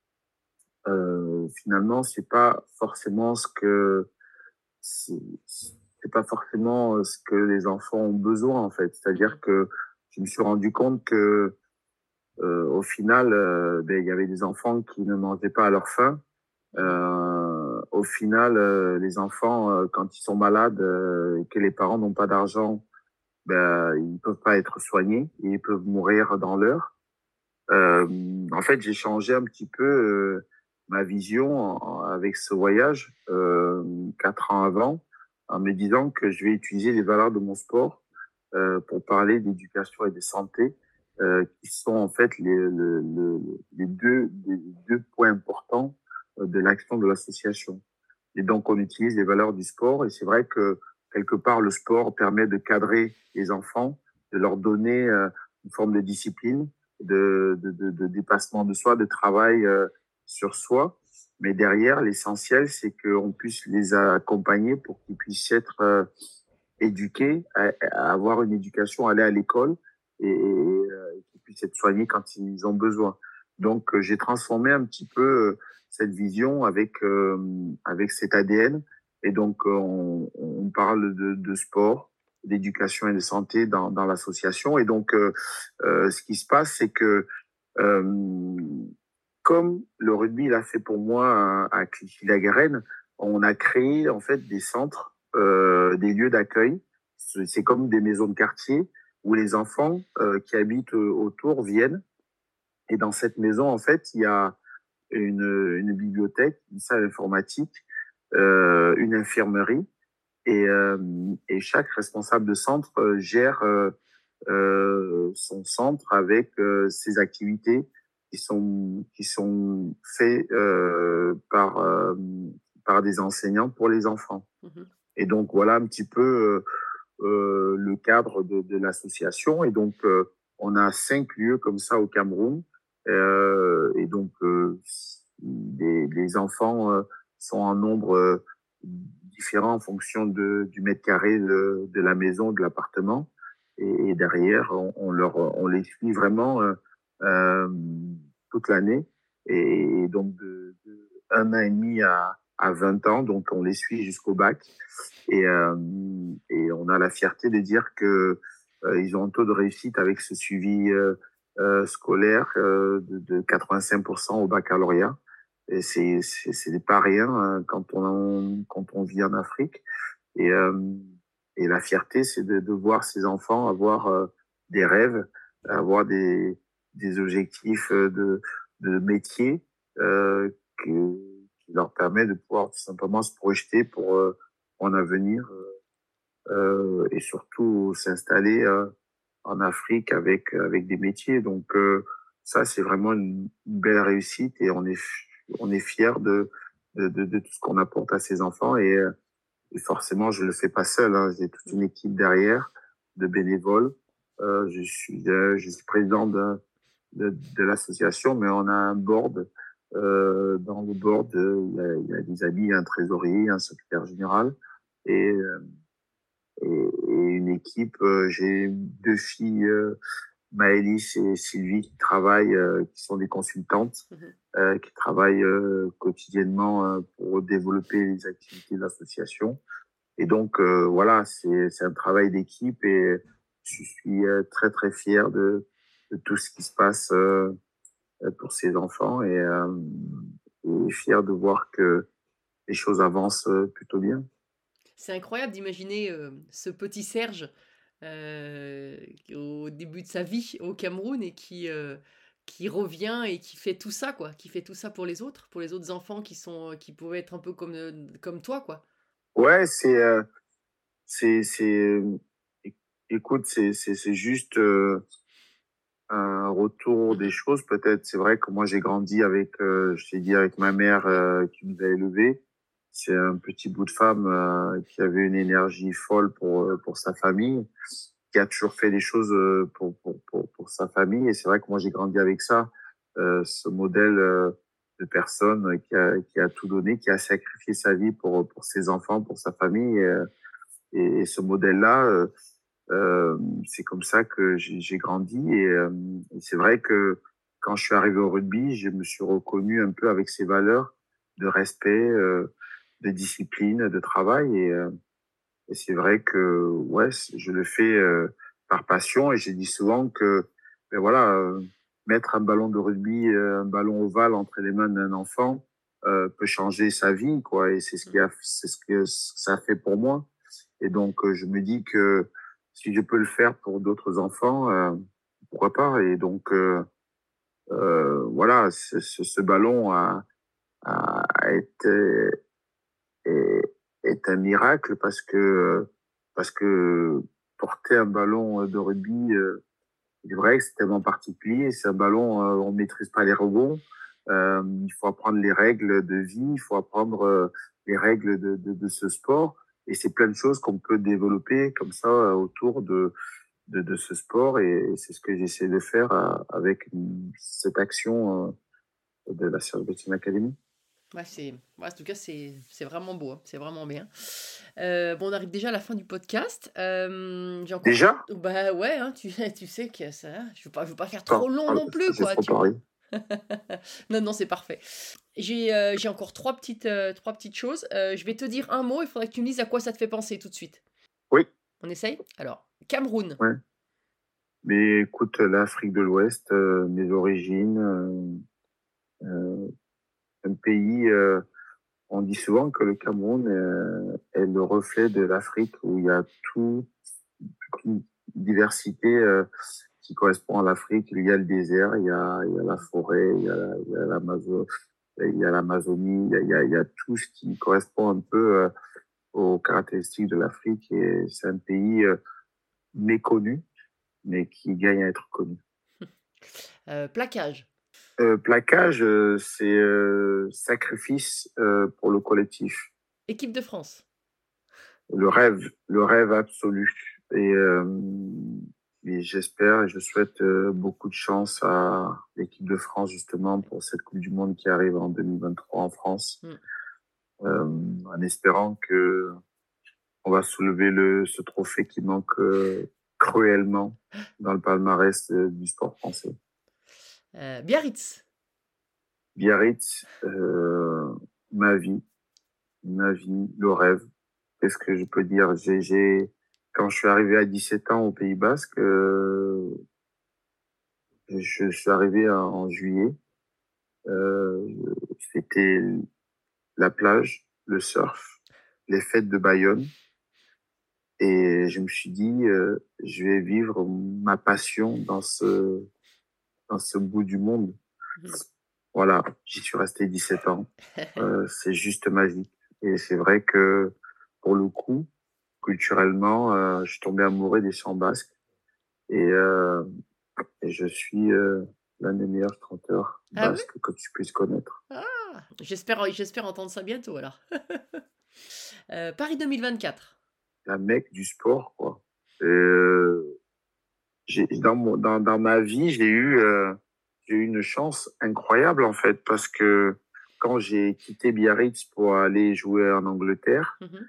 euh, finalement, c'est pas forcément ce que c'est c'est pas forcément euh, ce que les enfants ont besoin en fait. C'est-à-dire Mhm. que je me suis rendu compte que euh, au final, euh, ben, il y avait des enfants qui ne mangeaient pas à leur faim. Mhm. Euh, au final, euh, les enfants, euh, quand ils sont malades euh, et que les parents n'ont pas d'argent, ben, ils peuvent pas être soignés et ils peuvent mourir dans l'heure. Euh, En fait, j'ai changé un petit peu euh, ma vision en- avec ce voyage euh, quatre ans avant, en me disant que je vais utiliser les valeurs de mon sport euh, pour parler d'éducation et de santé, euh, qui sont en fait les, le- le- les deux, les deux points importants euh, de l'action de l'association. Et donc, on utilise les valeurs du sport. Et c'est vrai que quelque part, le sport permet de cadrer les enfants, de leur donner euh, une forme de discipline, de, de, de, de dépassement de soi, de travail euh, sur soi. Mais derrière, l'essentiel, c'est qu'on puisse les accompagner pour qu'ils puissent être euh, éduqués, à, à avoir une éducation, aller à l'école et, et euh, qu'ils puissent être soignés quand ils ont besoin. Donc, euh, j'ai transformé un petit peu euh, cette vision avec euh, avec cet A D N. Et donc, euh, on, on parle de, de sport, d'éducation et de santé dans, dans l'association. Et donc, euh, euh, ce qui se passe, c'est que euh, comme le rugby l'a fait pour moi à, à Clichy-la-Garenne, on a créé en fait des centres, euh, des lieux d'accueil. C'est c'est comme des maisons de quartier où les enfants euh, qui habitent euh, autour viennent. Et dans cette maison, en fait, il y a une, une bibliothèque, une salle informatique, euh, une infirmerie. Et, euh, et chaque responsable de centre euh, gère euh, euh, son centre avec euh, ses activités qui sont qui sont faites euh, par euh, par des enseignants pour les enfants. Mhm. Et donc voilà un petit peu euh, euh, le cadre de, de l'association. Et donc euh, on a cinq lieux comme ça au Cameroun. Euh, et donc euh, les, les enfants euh, sont en nombre euh, différent en fonction de, du mètre carré de, de la maison, de l'appartement. Et, et derrière, on, on, leur, on les suit vraiment euh, euh, toute l'année. Et, donc, de, de un an et demi à, à vingt ans, donc on les suit jusqu'au bac. Et, euh, et on a la fierté de dire que euh, ils ont un taux de réussite avec ce suivi euh, euh, scolaire euh, de, de quatre-vingt-cinq pour cent au baccalauréat. Et c'est, c'est, c'est pas rien hein, quand on, quand on vit en Afrique. Et, euh, et la fierté, c'est de, de voir ces enfants avoir euh, des rêves, avoir des, des objectifs euh, de, de métier euh, que, qui leur permet de pouvoir tout simplement se projeter pour euh, un avenir euh, et surtout s'installer euh, en Afrique avec, avec des métiers. Donc euh, ça, c'est vraiment une, une belle réussite et on est, on est fiers de, de, de, de tout ce qu'on apporte à ces enfants. Et, euh, et forcément, je le fais pas seul. Hein. J'ai toute une équipe derrière de bénévoles. Euh, je suis, euh, je suis président de, de, de l'association, mais on a un board Euh, dans le board, euh, il y a, il y a des amis, un trésorier, un secrétaire général et, euh, et, et une équipe. Euh, j'ai deux filles, euh, Maëlys et Sylvie, qui travaillent, euh, qui sont des consultantes, Mhm. euh, qui travaillent euh, quotidiennement euh, pour développer les activités de l'association. Et donc, euh, voilà, c'est, c'est un travail d'équipe et je suis euh, très, très fier de, de tout ce qui se passe euh, pour ces enfants et, euh, et fier de voir que les choses avancent euh, plutôt bien. C'est incroyable d'imaginer euh, ce petit Serge euh, qui, au début de sa vie au Cameroun et qui, euh, qui revient et qui fait tout ça, quoi, qui fait tout ça pour les autres, pour les autres enfants qui sont, qui pouvaient être un peu comme, euh, comme toi, quoi. Ouais, c'est, euh, c'est, c'est, euh, é- écoute, c'est, c'est, c'est juste euh, un retour des Mhm. choses. Peut-être, c'est vrai que moi j'ai grandi avec, euh, je t'ai dit, avec ma mère euh, qui nous a élevés. C'est un petit bout de femme euh, qui avait une énergie folle pour euh, pour sa famille, qui a toujours fait des choses euh, pour pour pour, pour sa famille. Et c'est vrai que moi j'ai grandi avec ça, euh, ce modèle euh, de personne qui a qui a tout donné, qui a sacrifié sa vie pour pour ses enfants, pour sa famille. Et, euh, et, et ce modèle-là. Euh, euh, c'est comme ça que j'ai j'ai grandi et, euh, et c'est vrai que quand je suis arrivé au rugby, je me suis reconnu un peu avec ces valeurs de respect, euh, de discipline, de travail et, euh, et c'est vrai que ouais, c- je le fais euh, par passion et j'ai dit souvent que ben voilà, euh, mettre un ballon de rugby, euh, un ballon ovale entre les mains d'un enfant euh, peut changer sa vie quoi et c'est ce qui Mhm. a c'est ce que ça a fait pour moi. Et donc, euh, je me dis que si je peux le faire pour d'autres enfants, euh, pourquoi pas? Et donc, euh, euh, voilà, ce, ce, ce ballon a, a été, est, est un miracle parce que, parce que porter un ballon de rugby, euh, c'est vrai que c'est tellement particulier. C'est un ballon, euh, on maîtrise pas les rebonds. Euh, il faut apprendre les règles de vie, il faut apprendre euh, les règles de, de, de ce sport. Et c'est plein de choses qu'on peut développer comme ça euh, autour de, de, de ce sport. Et c'est ce que j'essaie de faire euh, avec une- cette action euh, de la Serge Betting Academy. Ouais, c'est, ouais, en tout cas, c'est, c'est vraiment beau, hein, c'est vraiment bien. Euh, bon, on arrive déjà à la fin du podcast. Euh, j'ai encore. Déjà? Bah ouais, hein, tu, tu sais que ça. Je veux pas, je veux pas faire trop Attends, long ah, non plus, j'ai quoi, trop tu vois. parlé. Non, non, c'est parfait. J'ai euh, j'ai encore trois petites, euh, trois petites choses. Euh, je vais te dire un mot, il faudrait que tu me dises à quoi ça te fait penser tout de suite. Oui, On essaye? Alors, Cameroun. ouais. Mais écoute, l'Afrique de l'Ouest, euh, mes origines, euh, euh, un pays. Euh, On dit souvent que le Cameroun euh, est le reflet de l'Afrique où il y a tout, toute une diversité euh, qui correspond à l'Afrique. Il y a le désert, il y a, il y a la forêt, il y a, la- il y a l'Amazo- il y a l'Amazonie, il y a, il y a, il y a tout ce qui correspond un peu euh, aux caractéristiques de l'Afrique. Et c'est un pays euh, méconnu, mais qui gagne à être connu. Euh, plaquage. Euh, plaquage, euh, c'est euh, sacrifice euh, pour le collectif. Équipe de France. Le rêve, le rêve absolu. Et, euh, et j'espère et je souhaite euh, beaucoup de chance à l'équipe de France justement pour cette Coupe du Monde qui arrive en deux mille vingt-trois en France, Hmm. euh, en espérant que on va soulever le, ce trophée qui manque euh, cruellement dans le palmarès euh, du sport français. Euh, Biarritz. Biarritz, euh, ma vie, ma vie, le rêve. Qu'est-ce que je peux dire? J'ai, j'ai, quand je suis arrivé à dix-sept ans au Pays Basque, euh, je suis arrivé en, en juillet. Euh, C'était la plage, le surf, les fêtes de Bayonne. Et je me suis dit, euh, je vais vivre ma passion dans ce, dans ce bout du monde. Mhm. Voilà, j'y suis resté dix-sept ans. Euh, c'est juste magique. Et c'est vrai que, pour le coup, culturellement, euh, je suis tombé amoureux des chants basques. Et, euh, et je suis euh, l'un des meilleurs chanteurs Ah oui? basques que tu puisses connaître. Ah, j'espère, j'espère entendre ça bientôt alors. Euh, Paris deux mille vingt-quatre. La mecque du sport, quoi. Euh, j'ai, dans, mon, dans, dans ma vie, j'ai eu, euh, j'ai eu une une chance incroyable en fait, parce que quand j'ai quitté Biarritz pour aller jouer en Angleterre, Mhm.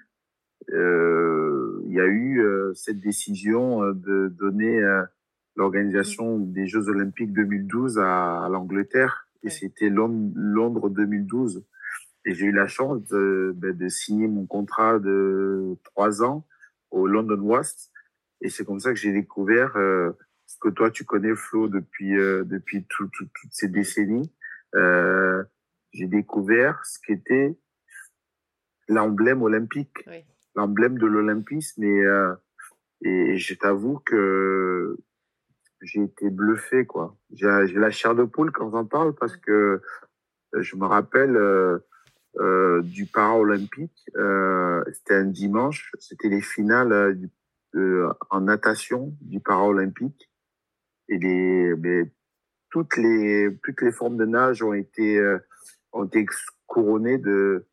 euh, il y a eu euh, cette décision euh, de donner euh, Mhm. l'organisation des Jeux Olympiques deux mille douze à, à l'Angleterre, et Ouais. c'était Lon- Londres deux mille douze. Et j'ai eu la chance de, ben, de signer mon contrat de trois ans au London Wasps. Et c'est comme ça que j'ai découvert euh, ce que toi, tu connais, Flo, depuis, euh, depuis tout- tout- toutes ces décennies. Euh, j'ai découvert ce qu'était l'emblème olympique, Ouais. l'emblème de l'olympisme. Et, euh, et je t'avoue que j'ai été bluffé, quoi. J'ai j'ai la chair de poule quand j'en parle, parce que euh, je me rappelle euh, euh, du para-olympique. Euh, c'était un dimanche. C'était les finales euh, du- euh, en natation du para-olympique. Et les, mais toutes les, toutes les formes de nage ont été, euh, ont été couronnées de,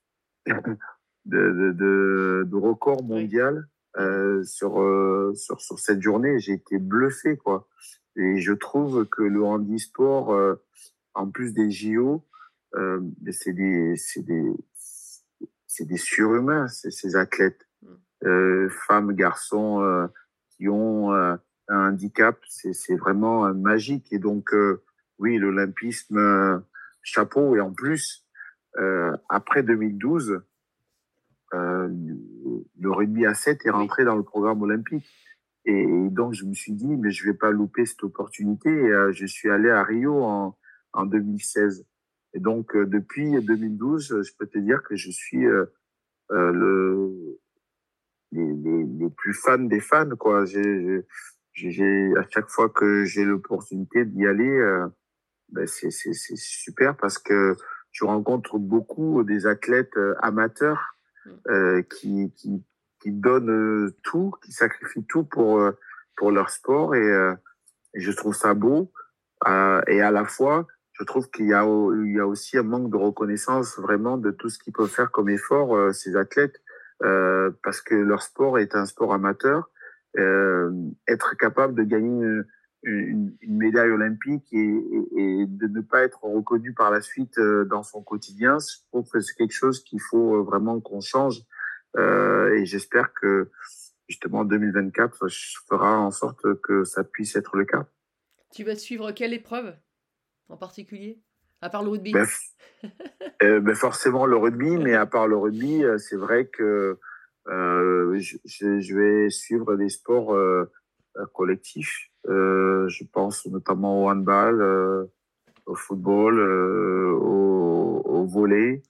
de, de, de, de records Oui. mondial Mhm. euh, sur, euh, sur, sur cette journée. J'ai été bluffé, quoi. Et je trouve que le handisport, euh, en plus des J O, euh, c'est des, c'est des, c'est des surhumains, ces, ces athlètes, Mhm. euh, femmes, garçons, euh, qui ont euh, un handicap. C'est, c'est vraiment euh, magique. Et donc, euh, oui, l'olympisme, euh, chapeau. Et en plus, euh, après deux mille douze, euh, le rugby à sept est Oui. rentré dans le programme olympique. Et, et donc, je me suis dit, mais je vais pas louper cette opportunité. Et, euh, je suis allé à Rio en, en deux mille seize. Et donc, euh, depuis deux mille douze, je peux te dire que je suis euh, euh, le, les, les, les plus fans des fans, quoi. J'ai, j'ai, j'ai- à chaque fois que j'ai l'opportunité d'y aller, euh, ben c'est, c'est, c'est super, parce que tu rencontres beaucoup des athlètes euh, amateurs Mhm. euh, qui, qui, qui donnent euh, tout, qui sacrifient tout pour, euh, pour leur sport. Et, euh, et je trouve ça beau. Euh, et à la fois, je trouve qu'il y a, il y a aussi un manque de reconnaissance vraiment de tout ce qu'ils peuvent faire comme effort, euh, ces athlètes, euh, parce que leur sport est un sport amateur. Euh, être capable de gagner une, une, une médaille olympique et, et, et de ne pas être reconnu par la suite euh, dans son quotidien, je trouve que c'est quelque chose qu'il faut vraiment qu'on change. Euh, et j'espère que justement deux mille vingt-quatre fera en sorte que ça puisse être le cas. Tu vas suivre quelle épreuve en particulier? À part le rugby? Ben, euh, ben forcément le rugby, mais à part le rugby, euh, c'est vrai que euh, je, je, je vais suivre des sports euh, euh, collectifs. Euh, je pense notamment au handball, euh, au football, euh, au, au volley.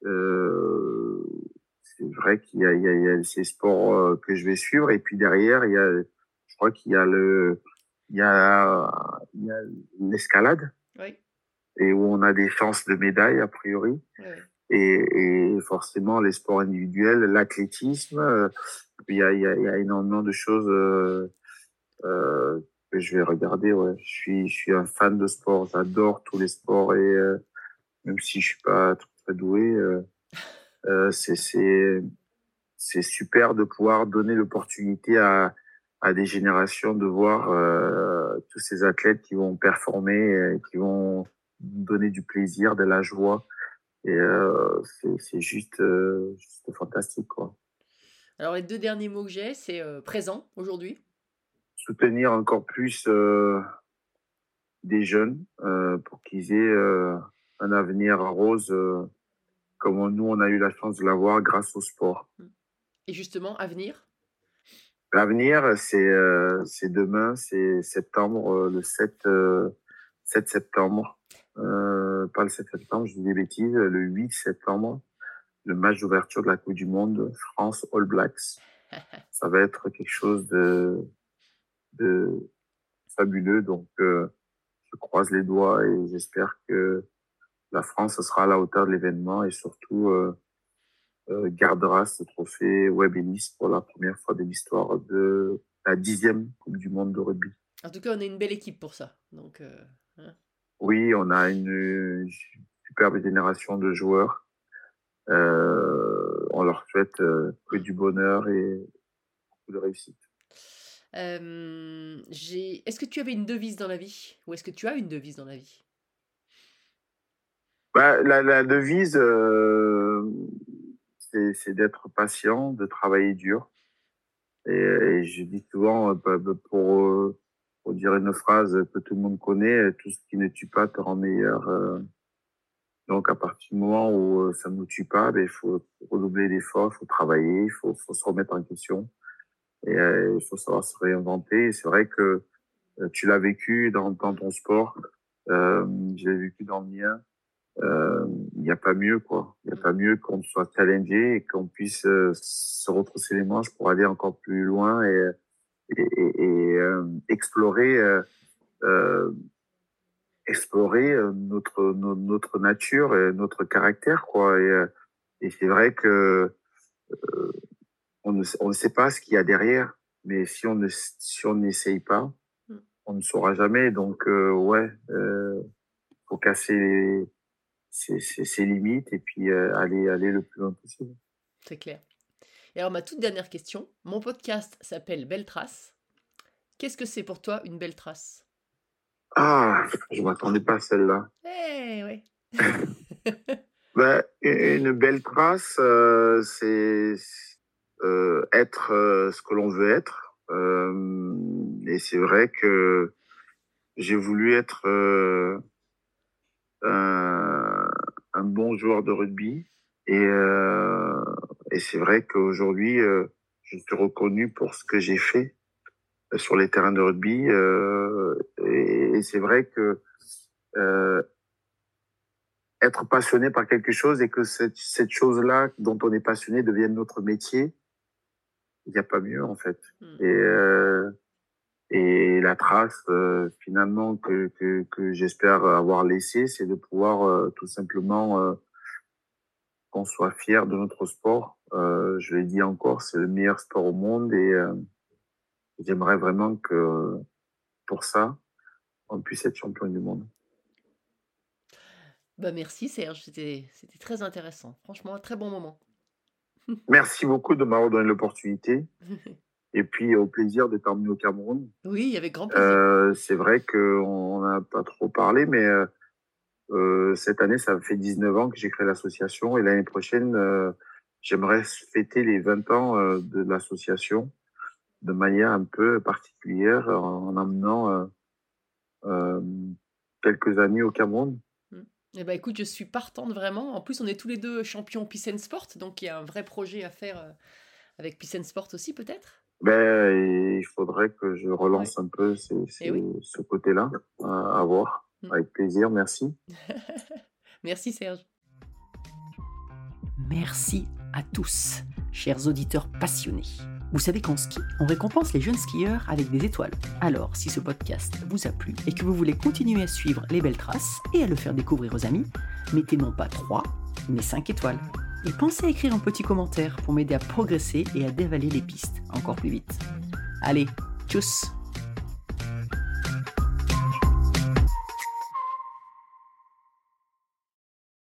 Euh, c'est vrai qu'il y a, il y a, il y a ces sports euh, que je vais suivre. Et puis derrière, il y a, je crois qu'il y a le, il y a, il y a l'escalade, Oui. et où on a des chances de médaille a priori. Oui, oui. Et, et forcément les sports individuels, l'athlétisme, euh, il y a, il y, a, il y a énormément de choses euh, euh, que je vais regarder. Ouais. Je suis, je suis un fan de sport, j'adore tous les sports, et euh, même si je suis pas très, très doué, euh, euh, c'est, c'est, c'est super de pouvoir donner l'opportunité à, à des générations de voir euh, tous ces athlètes qui vont performer, euh, qui vont donner du plaisir, de la joie. Et euh, c'est, c'est juste, euh, juste fantastique, quoi. Alors, les deux derniers mots que j'ai, c'est euh, présent aujourd'hui. Soutenir encore plus euh, des jeunes euh, pour qu'ils aient euh, un avenir rose, euh, comme nous, on a eu la chance de l'avoir grâce au sport. Et justement, à venir. L'avenir, c'est euh, c'est demain, c'est septembre, euh, le sept, euh, sept septembre. Euh, pas le sept septembre, je dis des bêtises, le huit septembre, le match d'ouverture de la Coupe du Monde, France All Blacks. Ça va être quelque chose de, de fabuleux. Donc, euh, je croise les doigts et j'espère que la France sera à la hauteur de l'événement, et surtout euh, euh, gardera ce trophée Webb Ellis pour la première fois de l'histoire de la dixième Coupe du Monde de rugby. En tout cas, on est une belle équipe pour ça. Donc, euh, hein. Oui, on a une superbe génération de joueurs. Euh, on leur souhaite euh, que du bonheur et beaucoup de réussite. Euh, j'ai... Est-ce que tu avais une devise dans la vie? Ou est-ce que tu as une devise dans la vie? Bah, la, la devise, euh, c'est, c'est d'être patient, de travailler dur. Et, et je dis souvent, euh, pour, euh, pour dire une phrase que tout le monde connaît, tout ce qui ne tue pas te rend meilleur. euh. Donc, à partir du moment où euh, ça ne nous tue pas, ben, il faut redoubler d'efforts, il faut travailler, il faut, faut se remettre en question. Et euh, il faut savoir se réinventer. Et c'est vrai que euh, tu l'as vécu dans, dans ton sport, euh, je l'ai vécu dans le mien. Euh, Il n'y a pas mieux, quoi. Il n'y a pas mieux qu'on soit challengé et qu'on puisse euh, se retrousser les manches pour aller encore plus loin et, et, et, et euh, explorer, euh, euh, explorer euh, notre, no- notre nature et notre caractère, quoi. Et, euh, et c'est vrai que euh, on ne, on ne sait pas ce qu'il y a derrière, mais si on ne, si on n'essaye pas, Mm. on ne saura jamais. Donc, euh, ouais, euh, faut casser les, ses, ses, ses limites et puis euh, aller, aller le plus loin possible. C'est clair. Et alors, ma toute dernière question. Mon podcast s'appelle Belle Trace. Qu'est-ce que c'est pour toi une belle trace? Ah, je m'attendais pas à celle-là. Eh ouais. Ben, une belle trace, euh, c'est euh, être euh, ce que l'on veut être. Euh, et c'est vrai que j'ai voulu être euh, un, un bon joueur de rugby. Et, euh, et c'est vrai qu'aujourd'hui, euh, je suis reconnu pour ce que j'ai fait sur les terrains de rugby. Euh, et, et c'est vrai que euh, être passionné par quelque chose et que cette, cette chose-là dont on est passionné devienne notre métier, il n'y a pas mieux en fait. Mm. Et, euh, et la trace euh, finalement que, que, que j'espère avoir laissée, c'est de pouvoir euh, tout simplement euh, qu'on soit fier de notre sport. Euh, je l'ai dit encore, c'est le meilleur sport au monde et euh, j'aimerais vraiment que pour ça, on puisse être champion du monde. Bah merci Serge, c'était c'était très intéressant. Franchement, un très bon moment. Merci beaucoup de m'avoir donné l'opportunité et puis au plaisir de t'emmener au Cameroun. Oui, avec grand plaisir. Euh, c'est vrai qu'on n'a pas trop parlé, mais euh, euh, cette année, ça fait dix-neuf ans que j'ai créé l'association et l'année prochaine, euh, j'aimerais fêter les vingt ans euh, de l'association de manière un peu particulière en, en amenant euh, euh, quelques amis au Cameroun. Eh ben écoute, je suis partante vraiment. En plus, on est tous les deux champions Peace and Sport, donc il y a un vrai projet à faire euh, avec Peace and Sport aussi peut-être. Ben, et il faudrait que je relance un peu ces- ces- Eh oui. ce côté-là à, à voir. Mm. Avec plaisir, merci. Merci Serge. Merci à tous, chers auditeurs passionnés. Vous savez qu'en ski, on récompense les jeunes skieurs avec des étoiles. Alors, si ce podcast vous a plu et que vous voulez continuer à suivre les belles traces et à le faire découvrir aux amis, mettez non pas trois, mais cinq étoiles. Et pensez à écrire un petit commentaire pour m'aider à progresser et à dévaler les pistes encore plus vite. Allez, tchuss!